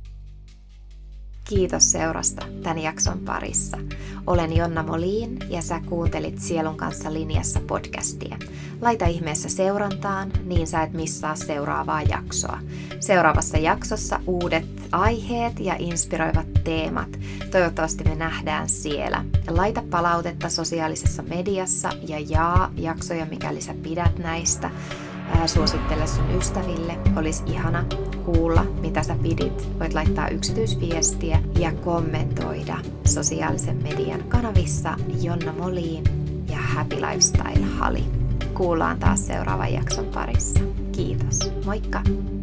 Kiitos seurasta tämän jakson parissa. Olen Jonna Molin ja sä kuuntelit Sielun kanssa linjassa podcastia. Laita ihmeessä seurantaan, niin sä et missaa seuraavaa jaksoa. Seuraavassa jaksossa uudet aiheet ja inspiroivat teemat. Toivottavasti me nähdään siellä. Laita palautetta sosiaalisessa mediassa ja jaa jaksoja, mikäli sä pidät näistä. Suosittele sun ystäville. Olisi ihana kuulla, mitä sä pidit. Voit laittaa yksityisviestiä ja kommentoida sosiaalisen median kanavissa Jonna Molin ja Happy Lifestyle Hali. Kuullaan taas seuraavan jakson parissa. Kiitos. Moikka!